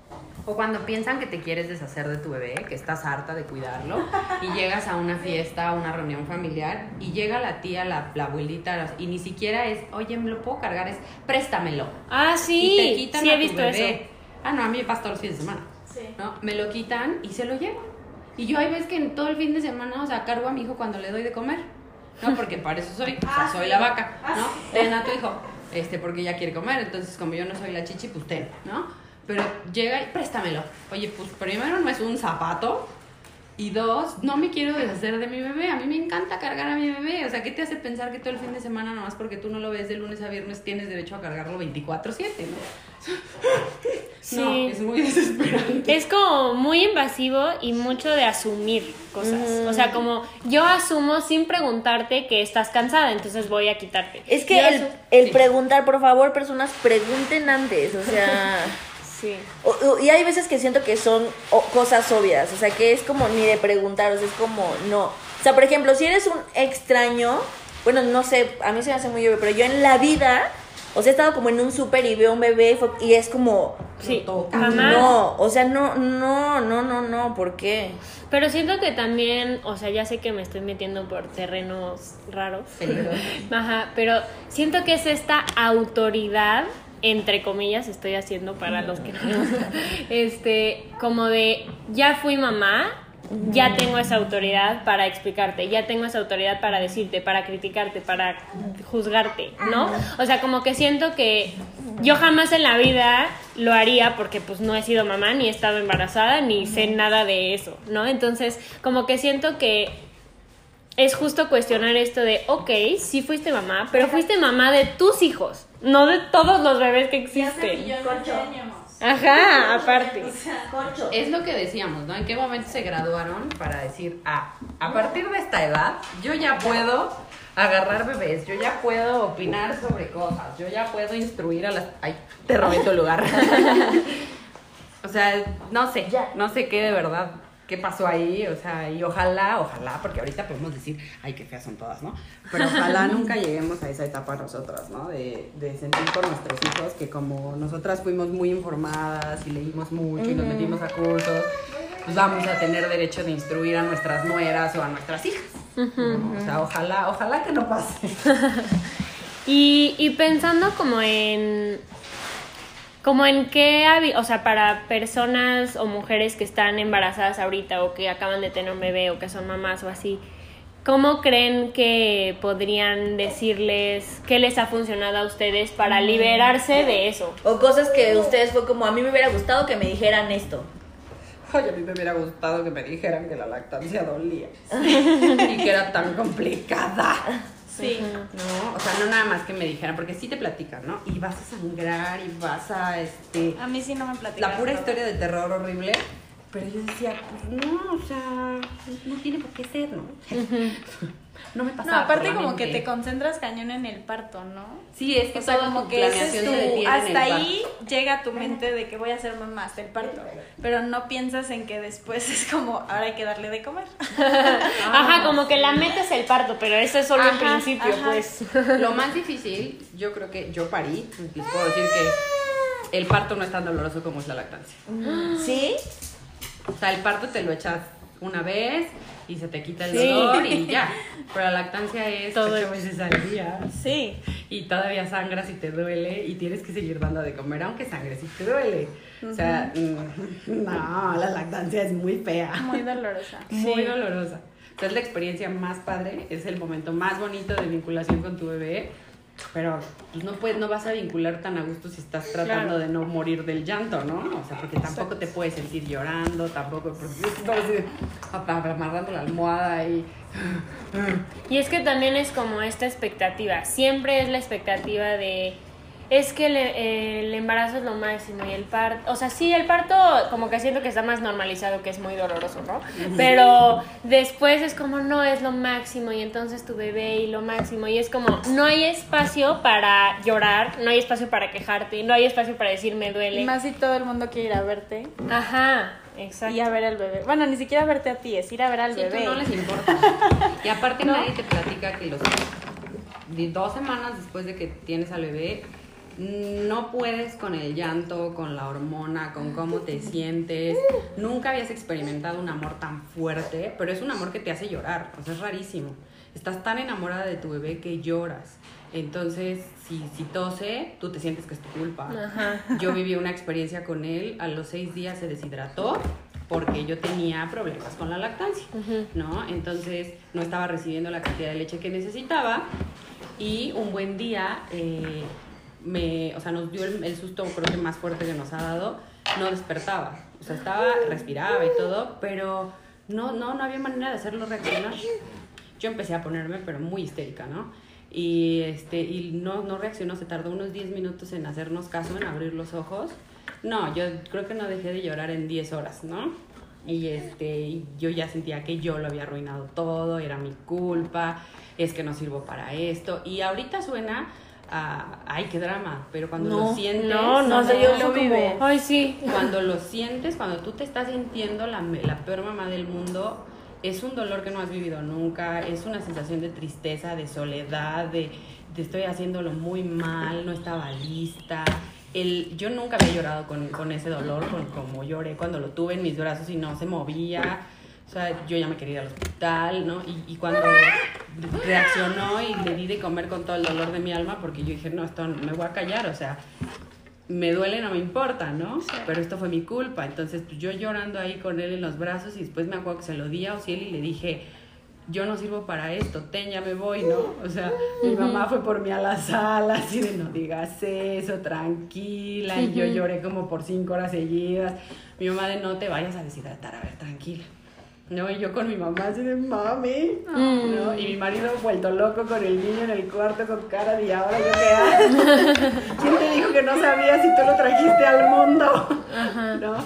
O cuando piensan que te quieres deshacer de tu bebé, que estás harta de cuidarlo, y llegas a una fiesta, a una reunión familiar, y llega la tía, la, la abuelita, las- y ni siquiera es, oye, ¿me lo puedo cargar? Es, préstamelo. Ah, sí. Y te quitan sí, a he tu visto bebé. eso. Ah, no, a mí me pasa todos los fines de semana. Sí. ¿No? Me lo quitan y se lo llevan. Y yo hay veces que en todo el fin de semana, o sea, cargo a mi hijo cuando le doy de comer. ¿No? Porque para eso soy, o sea, soy la vaca, ¿no? Ten a tu hijo, este, porque ella quiere comer, entonces como yo no soy la chichi, pues ten, ¿no? Pero llega y préstamelo. Oye, pues primero no es un zapato. Y dos, no me quiero deshacer de mi bebé. A mí me encanta cargar a mi bebé. O sea, ¿qué te hace pensar que todo el fin de semana, nomás porque tú no lo ves de lunes a viernes, tienes derecho a cargarlo veinticuatro siete, ¿no? Sí. No, es muy desesperante. Es como muy invasivo y mucho de asumir cosas. O sea, como yo asumo sin preguntarte que estás cansada, entonces voy a quitarte. Es que Yo el, asu- el Sí. preguntar, por favor, personas, pregunten antes, o sea... Sí. O- o- y hay veces que siento que son o- cosas obvias, o sea, que es como ni de preguntar, o sea, es como no. O sea, por ejemplo, si eres un extraño, bueno, no sé, a mí se me hace muy obvio, pero yo en la vida, o sea, he estado como en un súper y veo un bebé y, fue- y es como, Sí, No toca. jamás. no, o sea, no, no, no, no, no, ¿por qué? Pero siento que también, o sea, ya sé que me estoy metiendo por terrenos raros. Peligroso. Ajá, pero siento que es esta autoridad, entre comillas, estoy haciendo para los que no. Este, como de, ya fui mamá, ya tengo esa autoridad para explicarte, ya tengo esa autoridad para decirte, para criticarte, para juzgarte, ¿no? O sea, como que siento que yo jamás en la vida lo haría porque pues no he sido mamá, ni he estado embarazada, ni sé nada de eso, ¿no? Entonces, como que siento que es justo cuestionar esto de, ok, sí fuiste mamá, pero fuiste mamá de tus hijos, no de todos los bebés que Y hace existen. millones de años. Ajá, aparte. Es lo que decíamos, ¿no? ¿En qué momento se graduaron para decir, ah, a partir de esta edad, yo ya puedo agarrar bebés, yo ya puedo opinar sobre cosas, yo ya puedo instruir a las... Ay, te robé tu lugar. O sea, no sé, no sé qué de verdad, qué pasó ahí, o sea, y ojalá, ojalá, porque ahorita podemos decir, ay, qué feas son todas, ¿no? Pero ojalá nunca lleguemos a esa etapa nosotras, ¿no? De, de sentir por nuestros hijos que como nosotras fuimos muy informadas y leímos mucho y nos metimos a cursos, pues vamos a tener derecho de instruir a nuestras nueras o a nuestras hijas. ¿No? O sea, ojalá, ojalá que no pase. Y, y pensando como en, como en qué, habi- o sea, para personas o mujeres que están embarazadas ahorita o que acaban de tener un bebé o que son mamás o así, ¿cómo creen que podrían decirles qué les ha funcionado a ustedes para liberarse de eso? O cosas que ustedes fue como, a mí me hubiera gustado que me dijeran esto. Ay, a mí me hubiera gustado que me dijeran que la lactancia dolía y que era tan complicada. Sí. No, o sea, no nada más que me dijeran, porque sí te platican, ¿no? Y vas a sangrar y vas a, este... A mí sí no me platican. La pura historia de terror horrible. Pero yo decía, pues no, o sea, no tiene por qué ser, ¿no? No me No, pasaba aparte por la como que mente. te concentras cañón en el parto, ¿no? Sí, es que O sea, toda como tu que ese es planeación tu, se detiene en hasta el ahí parto. llega a tu mente de que voy a ser mamá hasta el parto, pero no piensas en que después es como, ahora hay que darle de comer. Ajá, como que la meta es el parto, pero eso es solo el Ajá, principio, ajá. pues. Lo más difícil, yo creo que yo parí, les puedo decir que el parto no es tan doloroso como es la lactancia. ¿Sí? O sea, el parto te lo echas una vez y se te quita el Sí. dolor y ya. Pero la lactancia es Todo ocho el- veces al día Sí. y todavía sangras y te duele y tienes que seguir dando de comer aunque sangres y te duele. O sea, mm, no, la lactancia es muy fea. Muy dolorosa. Muy Sí. dolorosa. O sea, es la experiencia más padre, es el momento más bonito de vinculación con tu bebé, pero pues, no puedes, no vas a vincular tan a gusto si estás tratando Claro. de no morir del llanto, ¿no? O sea, porque tampoco te puedes sentir llorando, tampoco, porque estás así, ap- amarrando la almohada y... Y es que también es como esta expectativa, siempre es la expectativa de, es que el, el embarazo es lo máximo y el parto, o sea, sí, el parto como que siento que está más normalizado, que es muy doloroso, ¿no? Pero después es como, no, es lo máximo y entonces tu bebé y lo máximo y es como, no hay espacio para llorar, no hay espacio para quejarte, no hay espacio para decir me Y duele. más si todo el mundo quiere ir a verte Ajá, exacto. y a ver al bebé. Bueno, ni siquiera verte a ti, es ir a ver al Sí, bebé. tú no les importa. Y aparte nadie te platica que los de dos semanas después de que tienes al bebé no puedes con el llanto, con la hormona, con cómo te sientes. Nunca habías experimentado un amor tan fuerte, pero es un amor que te hace llorar, o sea, es rarísimo. Estás tan enamorada de tu bebé que lloras. Entonces, si, si tose, tú te sientes que es tu culpa. Ajá. Yo viví una experiencia con él, a los seis días se deshidrató porque yo tenía problemas con la lactancia, Uh-huh. ¿no? Entonces, no estaba recibiendo la cantidad de leche que necesitaba y un buen día... Eh, Me, o sea, nos dio el, el susto, creo que más fuerte que nos ha dado, no despertaba, o sea, estaba, respiraba y todo, pero no, no, no había manera de hacerlo reaccionar. Yo empecé a ponerme, pero muy histérica, ¿no? Y, este, y no, no reaccionó, se tardó unos diez minutos en hacernos caso, en abrir los ojos. No, yo creo que no dejé de llorar en diez horas, ¿no? Y este, yo ya sentía que yo lo había arruinado todo, era mi culpa, es que no sirvo para esto, y ahorita suena... Ah, ay, qué drama, pero cuando No, lo sientes, no, no, sé, yo lo como, vive. Ay, sí. cuando lo sientes, cuando tú te estás sintiendo la, la peor mamá del mundo, es un dolor que no has vivido nunca, es una sensación de tristeza, de soledad, de, de estoy haciéndolo muy mal, no estaba lista. El, yo nunca había llorado con, con ese dolor, con, como lloré cuando lo tuve en mis brazos y no se movía. O sea, yo ya me quería ir al hospital, ¿no? Y, y cuando reaccionó y le di de comer con todo el dolor de mi alma, porque yo dije, no, esto me voy a callar, o sea, me duele, no me importa, ¿no? Sí. Pero esto fue mi culpa. Entonces, pues yo llorando ahí con él en los brazos y después me acuerdo que se lo di a Ociel y le dije, yo no sirvo para esto, ten, ya me voy, ¿no? O sea, uh-huh. Mi mamá fue por mí a la sala, así de no digas eso, tranquila, uh-huh. Y yo lloré como por cinco horas seguidas. Mi mamá de no te vayas a deshidratar, a ver, tranquila. No, y yo con mi mamá así de mami, mm. ¿no? Y mi marido vuelto loco con el niño en el cuarto con cara de ahora yo qué hago. ¿Quién te dijo que no sabías si tú lo trajiste al mundo? Ajá. ¿No?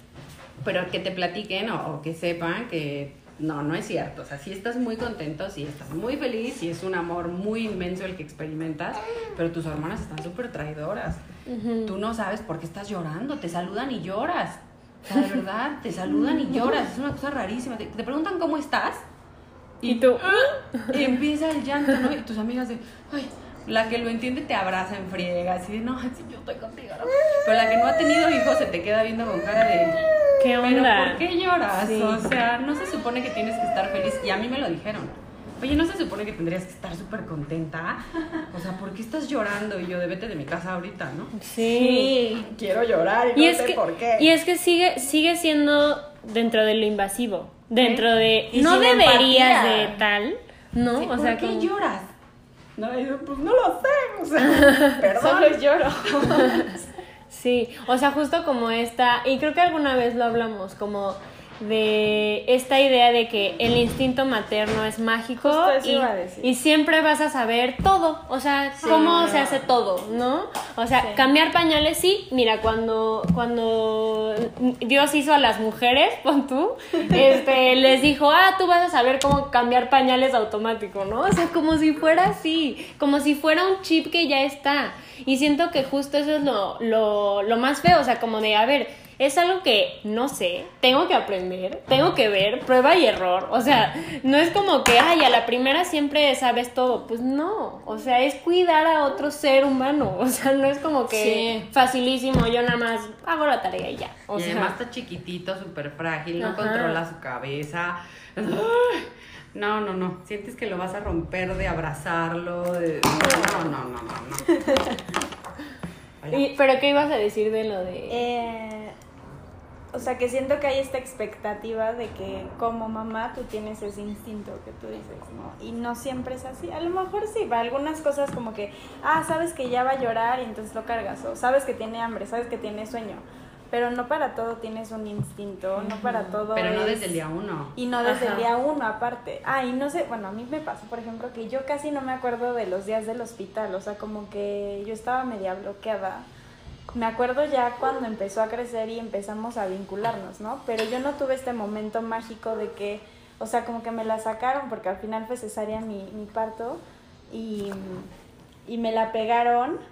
Pero que te platiquen o, o que sepan que no, no es cierto. O sea, sí estás muy contento, sí estás muy feliz, sí es un amor muy inmenso el que experimentas, pero tus hormonas están súper traidoras. Uh-huh. Tú no sabes por qué estás llorando, te saludan y lloras. O sea, de verdad, te saludan y lloras, es una cosa rarísima. Te, te preguntan cómo estás y, ¿Y tú? Y empieza el llanto, ¿no? Y tus amigas de, ay, la que lo entiende te abraza en friega, así de, no, sí, yo estoy contigo, ¿no? Pero la que no ha tenido hijos se te queda viendo con cara de, ¿qué onda? ¿pero por qué lloras? Sí. O sea, no se supone que tienes que estar feliz. Y a mí me lo dijeron. Oye, ¿no se supone que tendrías que estar súper contenta? O sea, ¿por qué estás llorando? Y yo, de vete de mi casa ahorita, ¿no? Sí. sí. Quiero llorar y, y no es sé que, por qué. Y es que sigue, sigue siendo dentro de lo invasivo. Dentro ¿Eh? de... Y no deberías empatía. de tal, ¿no? Sí, o ¿por sea, qué como... lloras? No, y yo, pues no lo sé. O sea, perdón. Solo lloro. Sí, o sea, justo como esta... Y creo que alguna vez lo hablamos, como... de esta idea de que el instinto materno es mágico y, y siempre vas a saber todo, o sea, sí, cómo no. se hace todo, ¿no? O sea, sí. cambiar pañales, sí, mira, cuando, cuando Dios hizo a las mujeres, pon tú, este, les dijo, ah, tú vas a saber cómo cambiar pañales automático, ¿no? O sea, como si fuera así, como si fuera un chip que ya está, y siento que justo eso es lo, lo, lo más feo, o sea, como de, a ver, es algo que no sé, tengo que aprender, tengo que ver, prueba y error, o sea, no es como que, ay, a la primera siempre sabes todo, pues no, o sea, es cuidar a otro ser humano, o sea, no es como que sí. facilísimo, yo nada más hago la tarea y ya, o y sea. Además está chiquitito, súper frágil, no Ajá. controla su cabeza, no, no, no, sientes que lo vas a romper de abrazarlo, de... no, no, no, no, no. Y, ¿pero qué ibas a decir de lo de...? Eh... O sea, que siento que hay esta expectativa de que como mamá tú tienes ese instinto que tú dices, ¿no? Y no siempre es así. A lo mejor sí, para algunas cosas como que, ah, sabes que ya va a llorar y entonces lo cargas. O sabes que tiene hambre, sabes que tiene sueño. Pero no para todo tienes un instinto, uh-huh. no para todo Pero es... no desde el día uno. Y no desde Ajá. el día uno, aparte. Ah, y no sé, bueno, a mí me pasó, por ejemplo, que yo casi no me acuerdo de los días del hospital. O sea, como que yo estaba media bloqueada. Me acuerdo ya cuando empezó a crecer y empezamos a vincularnos, ¿no? Pero yo no tuve este momento mágico de que, o sea, como que me la sacaron, porque al final fue cesárea mi, mi parto, y, y me la pegaron,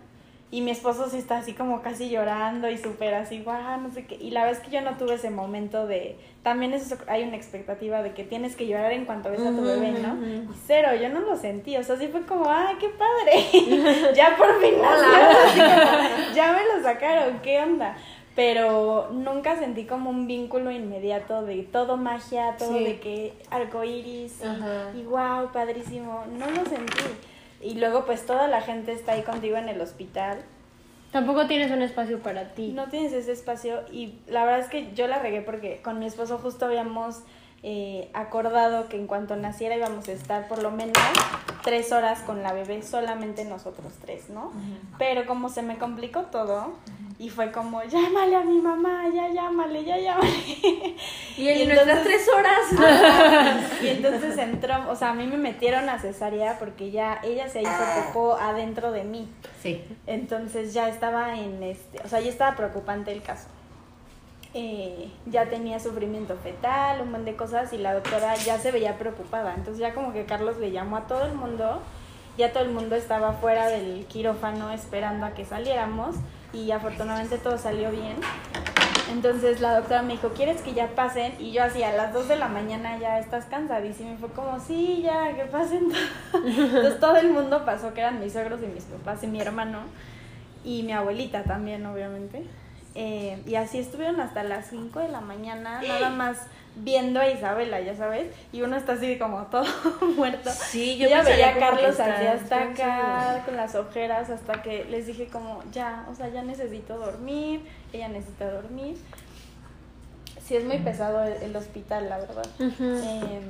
Y mi esposo sí está así como casi llorando y súper así, guau, no sé qué. Y la verdad es que yo no tuve ese momento de... También eso, hay una expectativa de que tienes que llorar en cuanto ves a tu bebé, ¿no? Y cero, yo no lo sentí. O sea, sí fue como, ¡ay, qué padre! Ya por fin nació. Ya me lo sacaron, ¿qué onda? Pero nunca sentí como un vínculo inmediato de todo magia, todo Sí. de que arcoíris Ajá. y, y wow, padrísimo. No lo sentí. Y luego pues toda la gente está ahí contigo en el hospital. Tampoco tienes un espacio para ti. No tienes ese espacio y la verdad es que yo la regué porque con mi esposo justo habíamos eh, acordado que en cuanto naciera íbamos a estar por lo menos tres horas con la bebé, solamente nosotros tres, ¿no? Uh-huh. Pero como se me complicó todo y fue como, llámale a mi mamá, ya llámale, ya llámale. Y en nuestras tres horas. Y entonces entró, o sea, a mí me metieron a cesárea porque ya ella se hizo popó adentro de mí. Sí. Entonces ya estaba en este, o sea, ya estaba preocupante el caso. Eh, ya tenía sufrimiento fetal, un montón de cosas y la doctora ya se veía preocupada. Entonces ya como que Carlos le llamó a todo el mundo, ya todo el mundo estaba fuera del quirófano esperando a que saliéramos y afortunadamente todo salió bien. Entonces la doctora me dijo, ¿quieres que ya pasen? Y yo así a las dos de la mañana ya estás cansadísima y fue como, sí, ya, que pasen todos. Entonces todo el mundo pasó, que eran mis suegros y mis papás y mi hermano y mi abuelita también, obviamente. Eh, y así estuvieron hasta las cinco de la mañana, nada más viendo a Isabela, ya sabes, y uno está así como todo muerto. Sí, yo ya veía a como Carlos que así está- hasta está acá, con las ojeras, hasta que les dije como, ya, o sea, ya necesito dormir, ella necesita dormir. Sí, es muy pesado el, el hospital, la verdad. Ujú. Eh,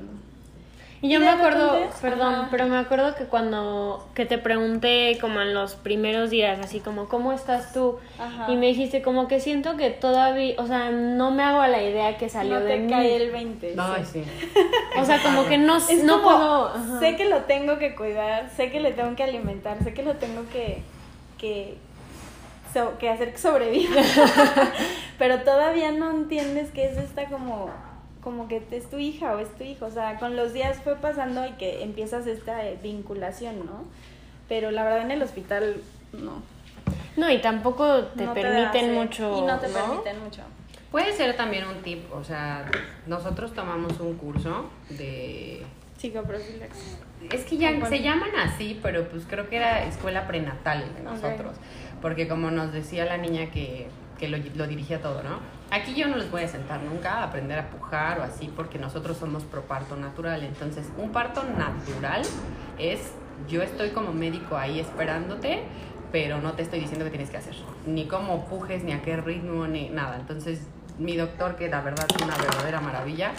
Y yo Y me de acuerdo, repente, perdón, ajá. pero me acuerdo que cuando que te pregunté como en los primeros días, así como, ¿cómo estás tú? Ajá. Y me dijiste como que siento que todavía, o sea, no me hago a la idea que salió no de te mí. cae el veinte. Ay, sí. sí. O sea, como que no, Es no como, puedo... ajá. sé que lo tengo que cuidar, sé que le tengo que alimentar, sé que lo tengo que, que, so- que hacer que sobreviva, pero todavía no entiendes que es esta como, como que es tu hija o es tu hijo, o sea, con los días fue pasando y que empiezas esta eh, vinculación, ¿no? Pero la verdad en el hospital no. No, y tampoco te no permiten da, sí. mucho, Y no te ¿no? permiten mucho. Puede ser también un tip, o sea, nosotros tomamos un curso de... Psicoprofilaxis. Es que ya ¿Cuál? se llaman así, pero pues creo que era escuela prenatal de nosotros. Porque como nos decía la niña que, que lo, lo dirigía todo, ¿no? Aquí yo no les voy a sentar nunca a aprender a pujar o así, porque nosotros somos pro parto natural. Entonces, un parto natural es, yo estoy como médico ahí esperándote, pero no te estoy diciendo qué tienes que hacer. Ni cómo pujes, ni a qué ritmo, ni nada. Entonces, mi doctor, que la verdad es una verdadera maravilla,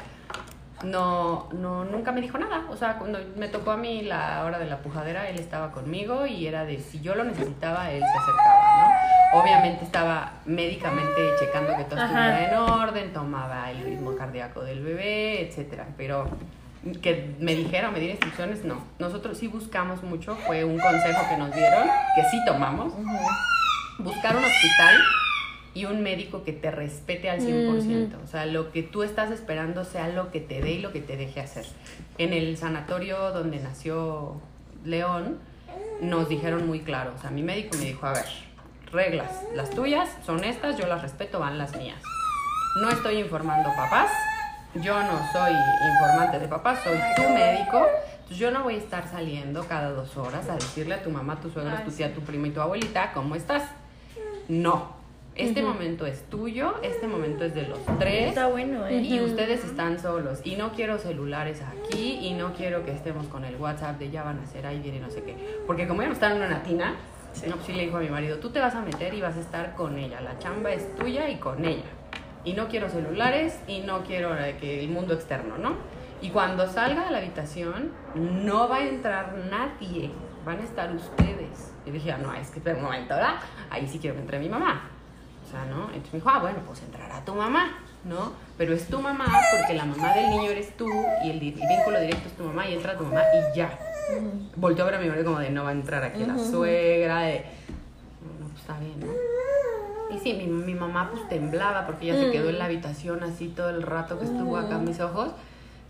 no, no, nunca me dijo nada. O sea, cuando me tocó a mí la hora de la pujadera, él estaba conmigo y era de si yo lo necesitaba, él se acercaba, ¿no? Obviamente estaba médicamente checando que todo Ajá. estuviera en orden, tomaba el ritmo cardíaco del bebé, etcétera. Pero que me dijera o me diera instrucciones, no. Nosotros sí buscamos mucho, fue un consejo que nos dieron, que sí tomamos, buscar un hospital y un médico que te respete al cien por ciento. O sea, lo que tú estás esperando sea lo que te dé y lo que te deje hacer. En el sanatorio donde nació León, nos dijeron muy claro. O sea, mi médico me dijo, a ver, reglas, las tuyas son estas, yo las respeto, van las mías. No estoy informando papás, yo no soy informante de papás, soy tu médico. Entonces yo no voy a estar saliendo cada dos horas a decirle a tu mamá, tu suegros, Ay, tu tía, sí. tu prima y tu abuelita, ¿cómo estás? No. Este Ujú. momento es tuyo, este momento es de los tres. Está bueno, ¿eh? Y Ujú. ustedes están solos. Y no quiero celulares aquí. Y no quiero que estemos con el WhatsApp de ya van a hacer ahí viene no sé qué. Porque como ya no están en una tina, no, pues sí le dijo a mi marido, tú te vas a meter y vas a estar con ella. La chamba es tuya y con ella. Y no quiero celulares y no quiero eh, que el mundo externo, ¿no? Y cuando salga de la habitación, no va a entrar nadie. Van a estar ustedes. Y dije, ah, no, es que espera un momento, ¿verdad? Ahí sí quiero que entre mi mamá. O sea, ¿no? Entonces me dijo, ah, bueno, pues entrará tu mamá, ¿no? Pero es tu mamá porque la mamá del niño eres tú y el, di- el vínculo directo es tu mamá y entra tu mamá y ya. Uh-huh. Volteó a ver a mi marido como de, no va a entrar aquí uh-huh. la suegra, de... No, pues está bien, ¿no? Y sí, mi, mi mamá pues temblaba porque ella mm. se quedó en la habitación así todo el rato que estuvo acá en mis ojos.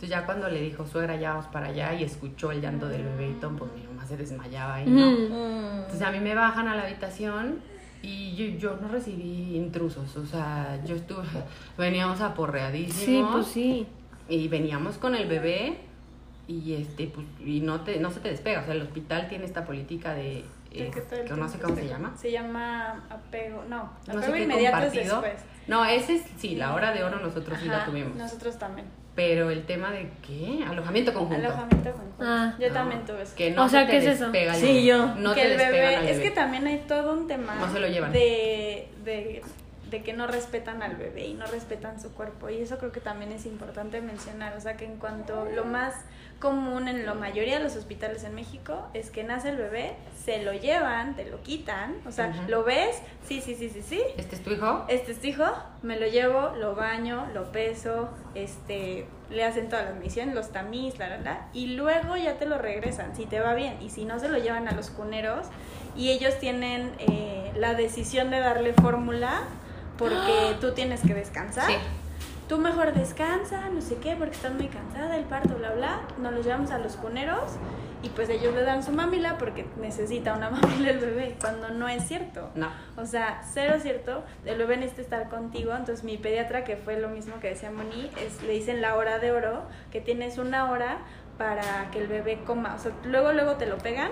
Entonces ya cuando le dijo, suegra, ya vamos para allá, y escuchó el llanto del bebé y todo, pues mi mamá se desmayaba ahí, ¿no? Mm. Entonces a mí me bajan a la habitación y yo, yo no recibí intrusos, o sea, yo estuve, veníamos aporreadísimos. Sí, pues sí. Y veníamos con el bebé y este pues, y no te no se te despega, o sea, el hospital tiene esta política de Sí, eh, que todo el que no sé tiempo cómo se está- llama. Se llama apego, no, No apego sé qué inmediato es compartido. después. No, ese es, sí, la hora de oro nosotros sí la Ajá, tuvimos. Nosotros también. Pero el tema de ¿qué? Alojamiento conjunto. Alojamiento conjunto. Ah. Yo No, también tuve eso. Que no O sea, se te ¿qué es eso? despega el Sí, bebé. yo. No que te el despegan bebé, al es bebé. que también hay todo un tema No se lo llevan. de, de, de que no respetan al bebé y no respetan su cuerpo, y eso creo que también es importante mencionar, o sea, que en cuanto lo más común en la mayoría de los hospitales en México es que nace el bebé, se lo llevan, te lo quitan, o sea, Ujú. lo ves, sí, sí, sí, sí, sí, ¿Este es tu hijo? este es tu hijo, me lo llevo, lo baño, lo peso, este, le hacen todas las mediciones, los tamiz, la, la, la, y luego ya te lo regresan, si te va bien, y si no, se lo llevan a los cuneros, y ellos tienen eh, la decisión de darle fórmula, porque tú tienes que descansar. Sí. Tú mejor descansa, no sé qué, porque estás muy cansada, el parto, bla, bla. Nos los llevamos a los cuneros y pues ellos le dan su mamila porque necesita una mamila el bebé, cuando no es cierto. No. O sea, cero cierto, el bebé necesita estar contigo. Entonces mi pediatra, que fue lo mismo que decía Moni, es, le dicen la hora de oro, que tienes una hora para que el bebé coma. O sea, luego, luego te lo pegan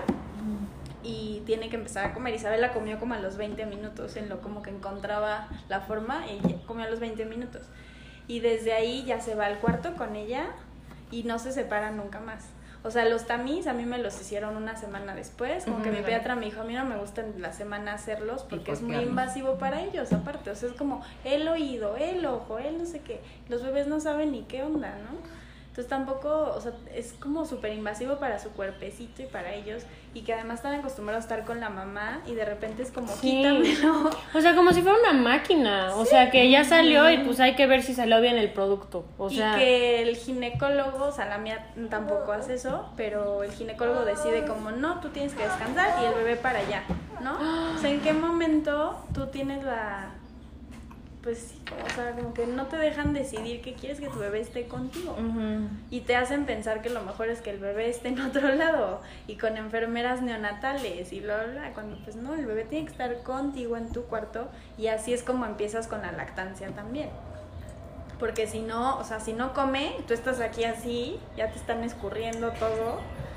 y tiene que empezar a comer. Isabela comió como a los veinte minutos, en lo como que encontraba la forma, y ella comió a los veinte minutos. Y desde ahí ya se va al cuarto con ella y no se separan nunca más. O sea, los tamiz a mí me los hicieron una semana después, como Ujú, que mi claro. pediatra me dijo, a mí no me gusta en la semana hacerlos porque es muy Picotearlos. invasivo para ellos, aparte. O sea, es como el oído, el ojo, el no sé qué. Los bebés no saben ni qué onda, ¿no? Entonces tampoco, o sea, es como súper invasivo para su cuerpecito y para ellos, y que además están acostumbrados a estar con la mamá y de repente es como, Sí. quítamelo. O sea, como si fuera una máquina. O sea, que ya salió y pues hay que ver si salió bien el producto. O sea, Y que el ginecólogo, o sea, la mía tampoco hace eso, pero el ginecólogo decide como, no, tú tienes que descansar y el bebé para allá, ¿no? O sea, ¿en qué momento tú tienes la... Pues sí, o sea, como que no te dejan decidir que quieres que tu bebé esté contigo. Ujú. Y te hacen pensar que lo mejor es que el bebé esté en otro lado y con enfermeras neonatales y bla, bla, bla, cuando pues no, el bebé tiene que estar contigo en tu cuarto, y así es como empiezas con la lactancia también. Porque si no, o sea, si no come, tú estás aquí así, ya te están escurriendo todo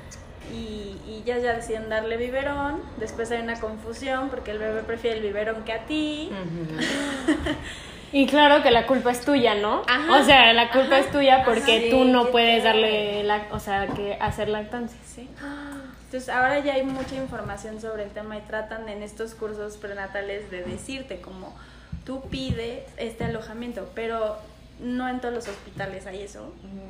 y, y ya, ya deciden darle biberón, después hay una confusión porque el bebé prefiere el biberón que a ti. Ujú. y claro que la culpa es tuya, ¿no? Ajá. O sea, la culpa es tuya porque Ajá. tú Sí, no qué puedes feo. darle la, o sea, que hacer lactancia. Sí. Entonces ahora ya hay mucha información sobre el tema y tratan en estos cursos prenatales de decirte como tú pides este alojamiento, pero no en todos los hospitales hay eso.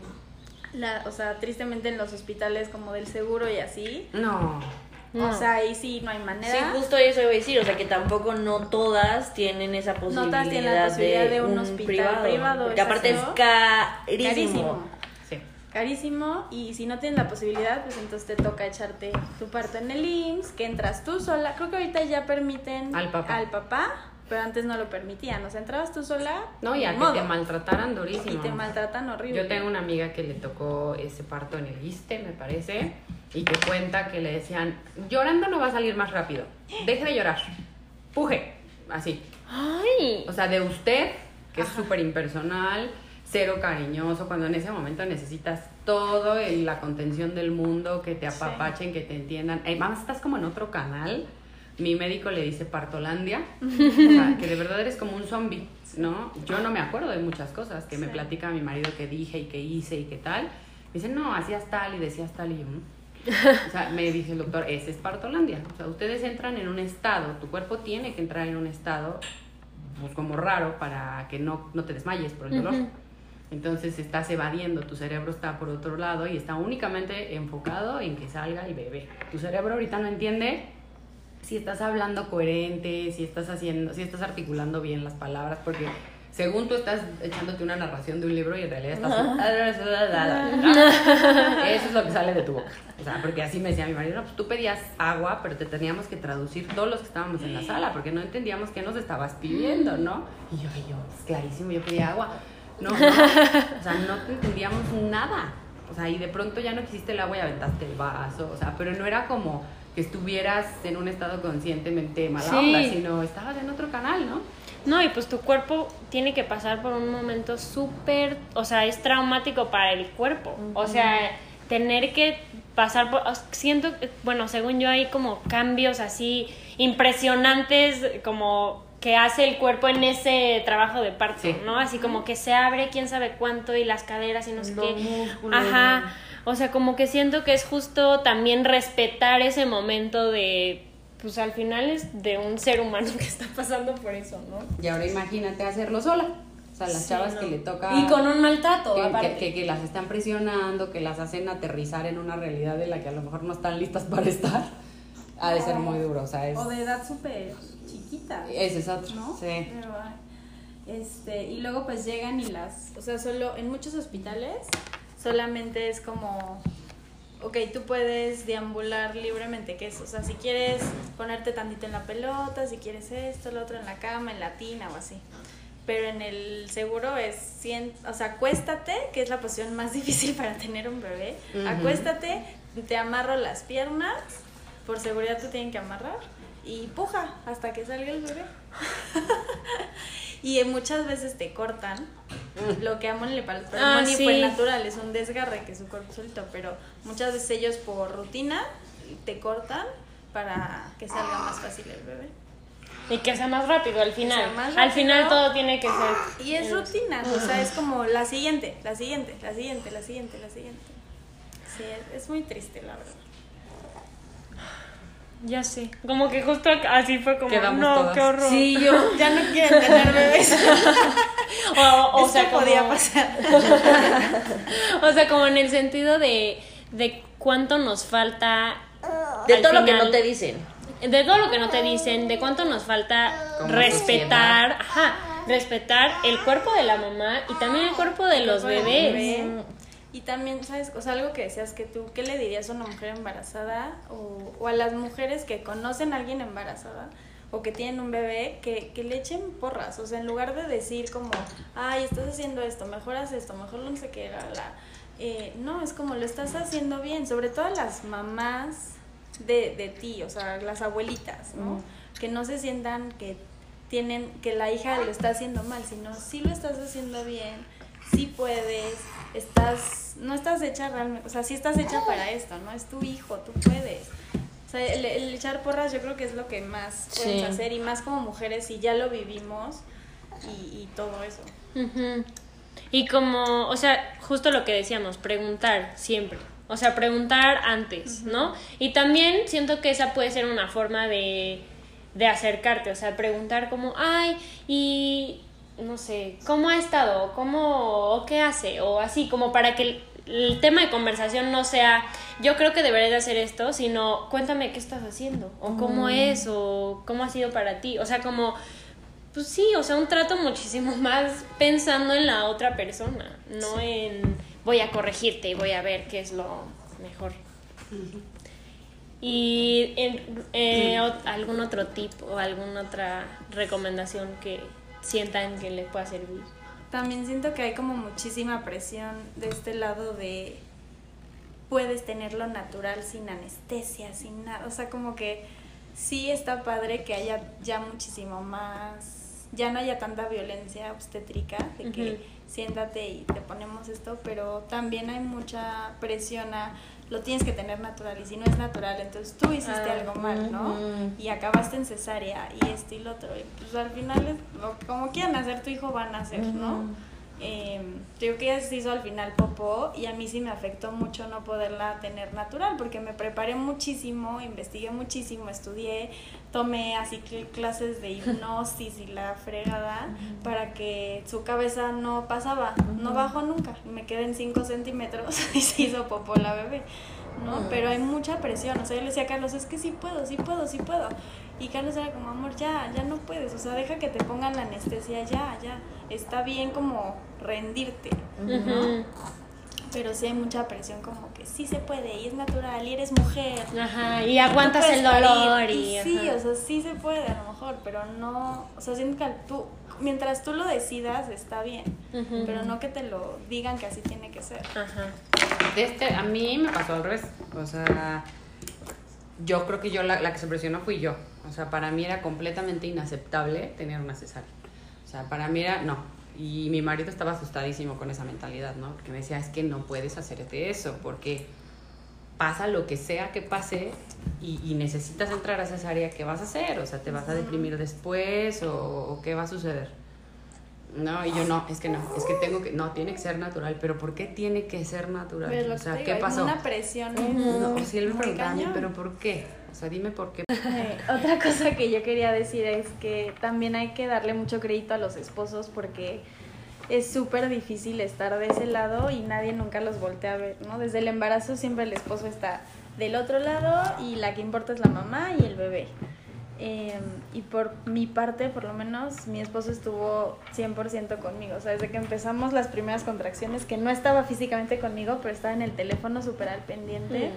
La, o sea, tristemente en los hospitales como del seguro y así, No. No. o sea, ahí sí no hay Sí, manera. justo eso iba a decir, o sea que tampoco no todas tienen esa posibilidad, todas tienen la posibilidad de, de un un hospital privado, privado, porque aparte es exacto. carísimo. Carísimo. Sí. Carísimo, y si no tienes la posibilidad, pues entonces te toca echarte tu parto en el I M S S, que entras tú sola. Creo que ahorita ya permiten Al papá. al papá, pero antes no lo permitían. O sea, entrabas tú sola. No, y a ni que modo. te maltrataran durísimo. Y te maltratan horrible. Yo tengo una amiga que le tocó ese parto en el ISSSTE, me parece, y que cuenta que le decían, llorando no va a salir más rápido, deje de llorar, puje, así. Ay. O sea, de usted, que es Ajá. súper impersonal, cero cariñoso, cuando en ese momento necesitas todo el- la contención del mundo, que te apapachen, que te entiendan. Además, estás como en otro canal. Mi médico le dice Partolandia, o sea, que de verdad eres como un zombie, ¿no? Yo no me acuerdo de muchas cosas que me Sí. platica mi marido que dije y que hice y qué tal. Me dice, no, hacías tal y decías tal y yo, "Mm". O sea, me dice el doctor, ese es Partolandia. O sea, ustedes entran en un estado, tu cuerpo tiene que entrar en un estado, pues como raro, para que no, no te desmayes por el dolor. Ujú. Entonces estás evadiendo, tu cerebro está por otro lado y está únicamente enfocado en que salga el bebé. Tu cerebro ahorita no entiende si estás hablando coherente, si estás haciendo, si estás articulando bien las palabras, porque según tú estás echándote una narración de un libro y en realidad estás... Eso es lo que sale de tu boca. O sea, porque así me decía mi marido, no, pues tú pedías agua, pero te teníamos que traducir todos los que estábamos en la sala, porque no entendíamos qué nos estabas pidiendo, ¿no? Y yo, y yo, pues clarísimo, yo pedía agua. no, no, o sea, no te entendíamos nada. O sea, y de pronto ya no quisiste el agua y aventaste el vaso, o sea, pero no era como que estuvieras en un estado conscientemente mala Sí. onda, sino estabas en otro canal, ¿no? No, y pues tu cuerpo tiene que pasar por un momento súper, o sea, es traumático para el cuerpo. O sea, tener que pasar por, siento, bueno, según yo hay como cambios así impresionantes como que hace el cuerpo en ese trabajo de parto, Sí. ¿no? Así como que se abre quién sabe cuánto y las caderas y no sé Los qué. músculos. Ajá. O sea, como que siento que es justo también respetar ese momento de, pues al final es de un ser humano que está pasando por eso, ¿no? Y ahora imagínate hacerlo sola. O sea, las Sí, chavas no. que le toca... Y con un maltrato, que, aparte. que, que, que las están presionando, que las hacen aterrizar en una realidad de la que a lo mejor no están listas para estar. Ha de ser muy duro, o sea, es... O de edad súper chiquita. Ese es otro, ¿No? sí. Pero, ay, este, y luego pues llegan y las, o sea, solo en muchos hospitales solamente es como, ok, tú puedes deambular libremente, que es, o sea, si quieres ponerte tantito en la pelota, si quieres esto, lo otro en la cama, en la tina o así. Pero en el seguro es, cien, o sea, acuéstate, que es la posición más difícil para tener un bebé. Ujú. Acuéstate, te amarro las piernas, por seguridad te tienen que amarrar, y puja hasta que salga el bebé. Y muchas veces te cortan. Lo que amo en el parto Ah, Moni sí. fue natural, es un desgarre que su cuerpo suelto, pero muchas veces ellos por rutina te cortan para que salga más fácil el bebé. Y que sea más rápido al final. sea más Al rápido. final todo tiene que ser. Y es en- rutina, o sea, es como la siguiente, la siguiente, la siguiente, la siguiente, la siguiente. Sí, es, es muy triste, la verdad. Ya sé. Como que justo así fue como. Quedamos no, todas. qué horror. Sí, yo... Ya no quieren tener bebés. O, o Esto sea, como, podía pasar. o sea, como en el sentido de, de cuánto nos falta. De al todo lo que final- no te dicen. De todo lo que no te dicen, de cuánto nos falta Como respetar, ajá, respetar el cuerpo de la mamá y también el cuerpo de los Bueno, bebés. bebé. Y también, ¿sabes? O sea, algo que decías que tú, ¿qué le dirías a una mujer embarazada? O, o a las mujeres que conocen a alguien embarazada o que tienen un bebé, que, que le echen porras. O sea, en lugar de decir como, ay, estás haciendo esto, mejor haz esto, mejor no sé qué, la, la. Eh, no, es como lo estás haciendo bien. Sobre todo las mamás de, de ti, o sea, las abuelitas, ¿no? Mm. Que no se sientan que tienen, que la hija lo está haciendo mal, sino sí lo estás haciendo bien, sí puedes, estás, no estás hecha realmente, o sea, sí estás hecha para esto, ¿no? Es tu hijo, tú puedes. O sea, el, el echar porras yo creo que es lo que más puedes Sí. hacer, y más como mujeres, y ya lo vivimos, y, y todo eso. Ujú. Y como, o sea, justo lo que decíamos, preguntar siempre. O sea, preguntar antes, ¿no? Y también siento que esa puede ser una forma de, de acercarte, o sea, preguntar como, ay, y no sé, ¿cómo ha estado? ¿Cómo, o qué hace? O así, como para que el, el tema de conversación no sea, yo creo que deberías de hacer esto, sino, cuéntame qué estás haciendo, o cómo es, o cómo ha sido para ti. O sea, como, pues sí, o sea, un trato muchísimo más pensando en la otra persona, no en voy a corregirte y voy a ver qué es lo mejor. Y en- eh, ot- algún otro tip o alguna otra recomendación que sientan que les pueda servir. También siento que hay como muchísima presión de este lado de puedes tenerlo natural sin anestesia, sin nada, o sea, como que sí está padre que haya ya muchísimo más, ya no haya tanta violencia obstétrica, de que Ujú. siéntate y te ponemos esto, pero también hay mucha presión a lo tienes que tener natural, y si no es natural, entonces tú hiciste Ah, algo mal, ¿no? ujú. Y acabaste en cesárea y esto y lo otro, y pues al final, es, lo- como quieran hacer, tu hijo van a hacer, ¿no? Ujú. Eh, digo que ella se hizo al final popó, y a mí sí me afectó mucho no poderla tener natural, porque me preparé muchísimo, investigué muchísimo, estudié, tomé así cl- clases de hipnosis y la fregada para que su cabeza no pasaba, no bajó nunca, me quedé en cinco centímetros y se hizo popó la bebé, ¿no? Mm. Pero hay mucha presión, o sea, yo le decía a Carlos, es que sí puedo, sí puedo, sí puedo. Y Carlos era como, amor, ya, ya no puedes, o sea, deja que te pongan la anestesia, ya, ya. Está bien como rendirte, Ujú. pero sí hay mucha presión como que sí se puede, y es natural, y eres mujer. Ajá, y tú aguantas puedes el dolor parir. y, Y sí, ajá. o sea, sí se puede a lo mejor, pero no, o sea, siento que tú mientras tú lo decidas está bien, Ujú. pero no que te lo digan que así tiene que ser. Ajá. De este, a mí me pasó al revés. O sea, yo creo que yo la, la que se presionó fui yo. O sea, para mí era completamente inaceptable tener una cesárea. O sea, para mí era, no. Y mi marido estaba asustadísimo con esa mentalidad, ¿no? Porque me decía, es que no puedes hacerte eso, porque pasa lo que sea que pase y, y necesitas entrar a cesárea, ¿qué vas a hacer? O sea, ¿te vas a deprimir después o, o qué va a suceder? No, y yo no, es que no, es que tengo que, no, tiene que ser natural, pero ¿por qué tiene que ser natural? Pero lo O sea, que te ¿qué digo, hay pasó? una presión. No, si él me muy preguntaba a mí, cañón. pero ¿por qué? O sea, dime por qué. Eh, otra cosa que yo quería decir es que también hay que darle mucho crédito a los esposos porque es súper difícil estar de ese lado y nadie nunca los voltea a ver, ¿no? Desde el embarazo siempre el esposo está del otro lado y la que importa es la mamá y el bebé. Eh, y por mi parte, por lo menos, mi esposo estuvo cien por ciento conmigo. O sea, desde que empezamos las primeras contracciones, que no estaba físicamente conmigo, pero estaba en el teléfono súper al pendiente.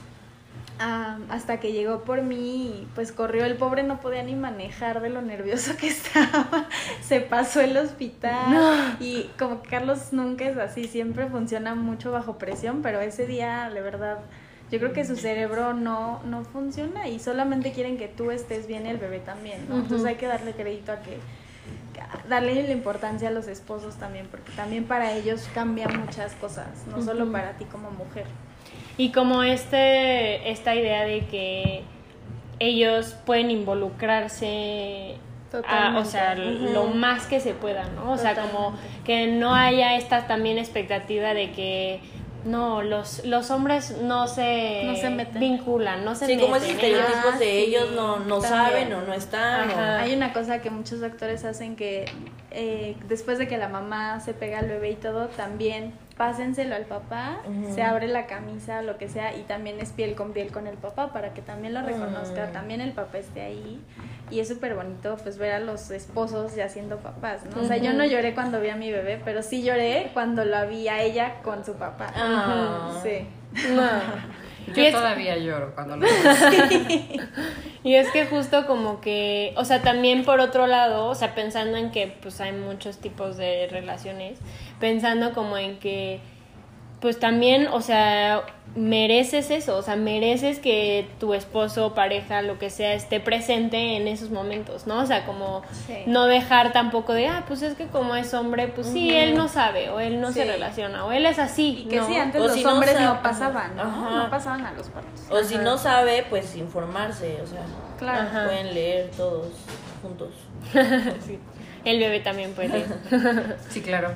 Ah, hasta que llegó por mí y pues corrió, el pobre no podía ni manejar de lo nervioso que estaba, se pasó el hospital. No. Y como que Carlos nunca es así, siempre funciona mucho bajo presión, pero ese día de verdad yo creo que su cerebro no, no funciona y solamente quieren que tú estés bien y el bebé también, ¿no? Uh-huh. Entonces hay que darle crédito a que, darle la importancia a los esposos también, porque también para ellos cambian muchas cosas, no uh-huh. solo para ti como mujer. Y como este esta idea de que ellos pueden involucrarse, a, o sea, uh-huh. lo más que se pueda, ¿no? O Totalmente. sea, como que no haya esta también expectativa de que no, los, los hombres no se, no se meten. vinculan, no se sí, meten. Sí, como esos estereotipos ah, de sí, ellos no, no saben o no están. O... Hay una cosa que muchos doctores hacen que eh, después de que la mamá se pega al bebé y todo, también pásenselo al papá, uh-huh. se abre la camisa o lo que sea y también es piel con piel con el papá para que también lo reconozca, uh-huh. también el papá esté ahí. Y es súper bonito pues ver a los esposos ya siendo papás, ¿no? Uh-huh. O sea, yo no lloré cuando vi a mi bebé, pero sí lloré cuando la vi a ella con su papá. Uh-huh. Sí. No. Yo es... todavía lloro cuando lo veo. Sí. Y es que justo como que, o sea, también por otro lado, o sea, pensando en que pues hay muchos tipos de relaciones, pensando como en que pues también, o sea, mereces eso, o sea, mereces que tu esposo, pareja, lo que sea, esté presente en esos momentos, ¿no? O sea, como sí. no dejar tampoco de, ah, pues es que como es hombre, pues sí, uh-huh. él no sabe, o él no sí. se relaciona, o él es así, y que ¿no? sí, antes o los si hombres no, no pasaban, ¿no? Ajá. No pasaban a los partos. O Ajá. si no sabe, pues informarse, o sea, claro. Ajá. pueden leer todos juntos. Sí. El bebé también puede. Sí, claro.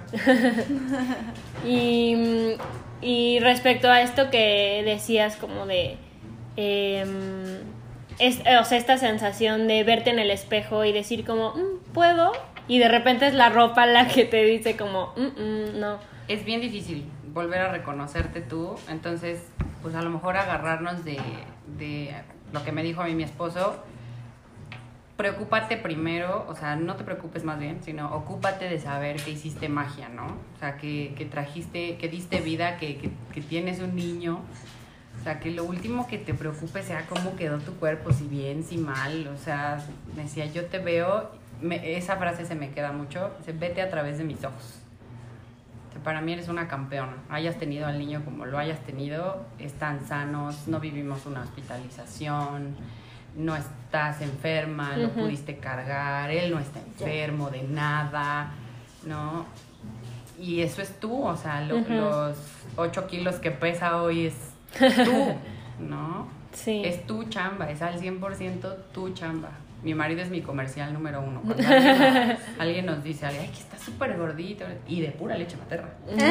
y, y respecto a esto que decías como de... Eh, es, o sea, esta sensación de verte en el espejo y decir como, mm, puedo, y de repente es la ropa la que te dice como, mm, mm, no. Es bien difícil volver a reconocerte tú, entonces, pues a lo mejor agarrarnos de, de lo que me dijo a mí mi esposo. Preocúpate primero, o sea, no te preocupes más bien, sino ocúpate de saber que hiciste magia, ¿no? O sea, que, que trajiste, que diste vida, que, que, que tienes un niño. O sea, que lo último que te preocupe sea cómo quedó tu cuerpo, si bien, si mal. O sea, me decía, yo te veo, me, esa frase se me queda mucho, dice, vete a través de mis ojos. O sea, para mí eres una campeona. Hayas tenido al niño como lo hayas tenido, están sanos, no vivimos una hospitalización, no estás enferma, uh-huh. lo pudiste cargar, él no está enfermo de nada, ¿no? Y eso es tú, o sea, lo, uh-huh. los ocho kilos que pesa hoy es tú, ¿no? Sí. Es tu chamba, es al cien por ciento tu chamba. Mi marido es mi comercial número uno. Cuando alguien, alguien nos dice, ay, que está súper gordito, y de pura leche materna.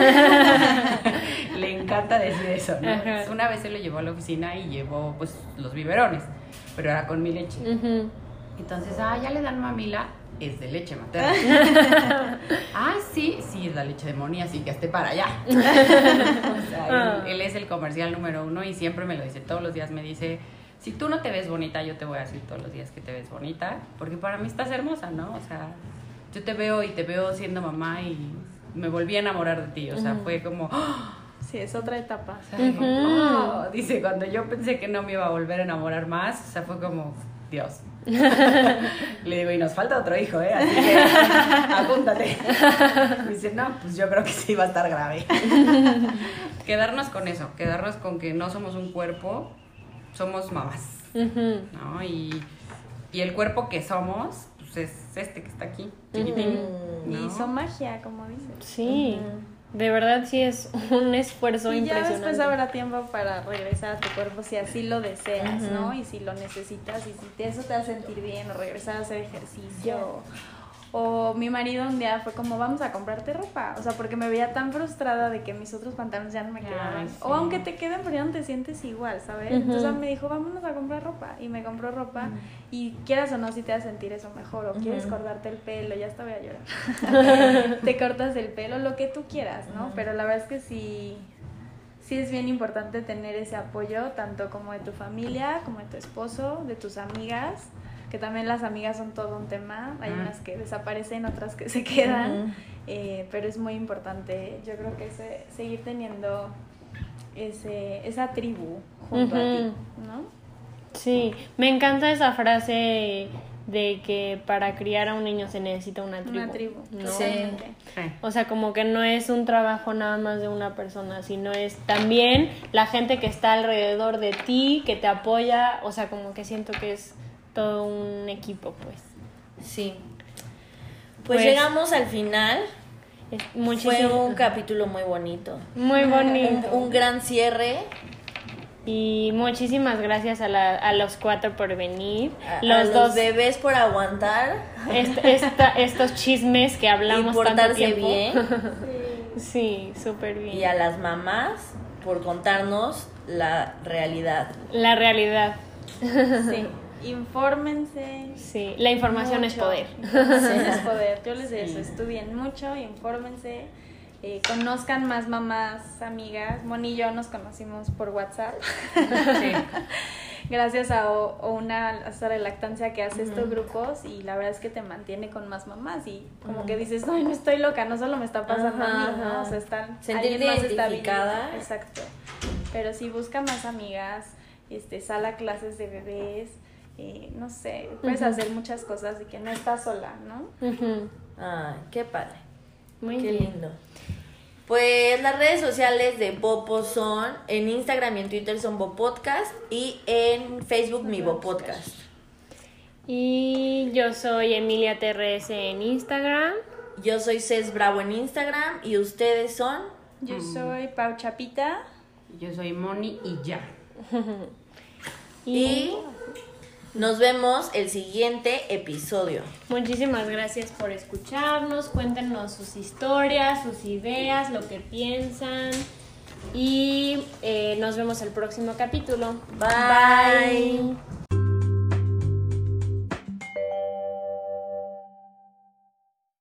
Le encanta decir eso, ¿no? Uh-huh. Una vez se lo llevó a la oficina y llevó, pues, los biberones, pero era con mi leche. Uh-huh. Entonces, ah, ya le dan mamila, es de leche materna. Ah, sí, sí, es la leche de Moni, así que esté para allá. O sea, él, él es el comercial número uno y siempre me lo dice, todos los días me dice, si tú no te ves bonita, yo te voy a decir todos los días que te ves bonita, porque para mí estás hermosa, ¿no? O sea, yo te veo y te veo siendo mamá y me volví a enamorar de ti, o sea, uh-huh. fue como... ¡Oh! Sí, es otra etapa. O sea, uh-huh. oh, dice, cuando yo pensé que no me iba a volver a enamorar más, o sea, fue como, Dios. Le digo, y nos falta otro hijo, ¿eh? Así que apúntate. Me dice, no, pues yo creo que sí va a estar grave. Quedarnos con eso, quedarnos con que no somos un cuerpo, somos mamás, Ujú. ¿no? Y, y el cuerpo que somos, pues es este que está aquí, chiquitín, ¿no? Y son magia, como dices. Sí, de verdad sí es un esfuerzo Y ya impresionante. después habrá tiempo para regresar a tu cuerpo si así lo deseas, ¿no? Y si lo necesitas y si te- eso te hace sentir bien o regresar a hacer ejercicio. O, o mi marido un día fue como, vamos a comprarte ropa. O sea, porque me veía tan frustrada de que mis otros pantalones ya no me Ay, quedaban. sí. O aunque te queden, pero ya no te sientes igual, ¿sabes? Ujú. Entonces me dijo, vámonos a comprar ropa. Y me compró ropa. Y quieras o no, si te hace sentir eso mejor. O quieres cortarte el pelo, ya hasta voy a llorar. Te cortas el pelo, lo que tú quieras, ¿no? Pero la verdad es que sí, sí es bien importante tener ese apoyo, tanto como de tu familia, como de tu esposo, de tus amigas, que también las amigas son todo un tema. Hay Ah. unas que desaparecen, otras que se quedan, Ujú. eh, pero es muy importante, yo creo que ese, seguir teniendo ese, esa tribu junto a Ujú. ti, ¿no? Sí, me encanta esa frase de que para criar a un niño se necesita una tribu. Una tribu, ¿no? Sí. totalmente. Eh, O sea, como que no es un trabajo nada más de una persona, sino es también la gente que está alrededor de ti, que te apoya, o sea, como que siento que es todo un equipo, pues. Sí. Pues, Pues- llegamos al final. Es Fue muchísimo. un capítulo muy bonito. Muy Un, bonito. un gran cierre. Y muchísimas gracias a, la- a los cuatro por venir. A, a los los dos, bebés por aguantar est- esta- estos chismes que y hablamos tanto portarse tiempo. bien. Sí, súper bien. Y a las mamás por contarnos la realidad. La realidad. Sí, infórmense. Sí, la información es mucho. poder. Información es poder. Yo les digo Sí. eso, estudien mucho, infórmense, eh, conozcan más mamás, amigas. Moni y yo nos conocimos por WhatsApp. sí. Gracias a o- o una hasta de lactancia que hace estos grupos y la verdad es que te mantiene con más mamás y como que dices, ay, no estoy loca, no solo me está pasando Ajá, a mí, ¿no? ajá. O sea, están Sentirte alguien más está identificada. viviendo. Exacto. Pero sí, busca más amigas, este, sal a clases de bebés, eh, no sé, puedes Ujú. hacer muchas cosas y que no estás sola, ¿no? Ujú. Ay, qué padre. Muy Qué bien. lindo. Pues las redes sociales de Bopo son, en Instagram y en Twitter son Bopodcast y en Facebook mi Bopodcast. Y yo soy Emilia T R S en Instagram. Yo soy Cés Bravo en Instagram y ustedes son... Yo soy Pau Chapita. Yo soy Moni y ya. Y nos vemos el siguiente episodio. Muchísimas gracias por escucharnos. Cuéntenos sus historias, sus ideas, lo que piensan. Y eh, nos vemos el próximo capítulo. Bye.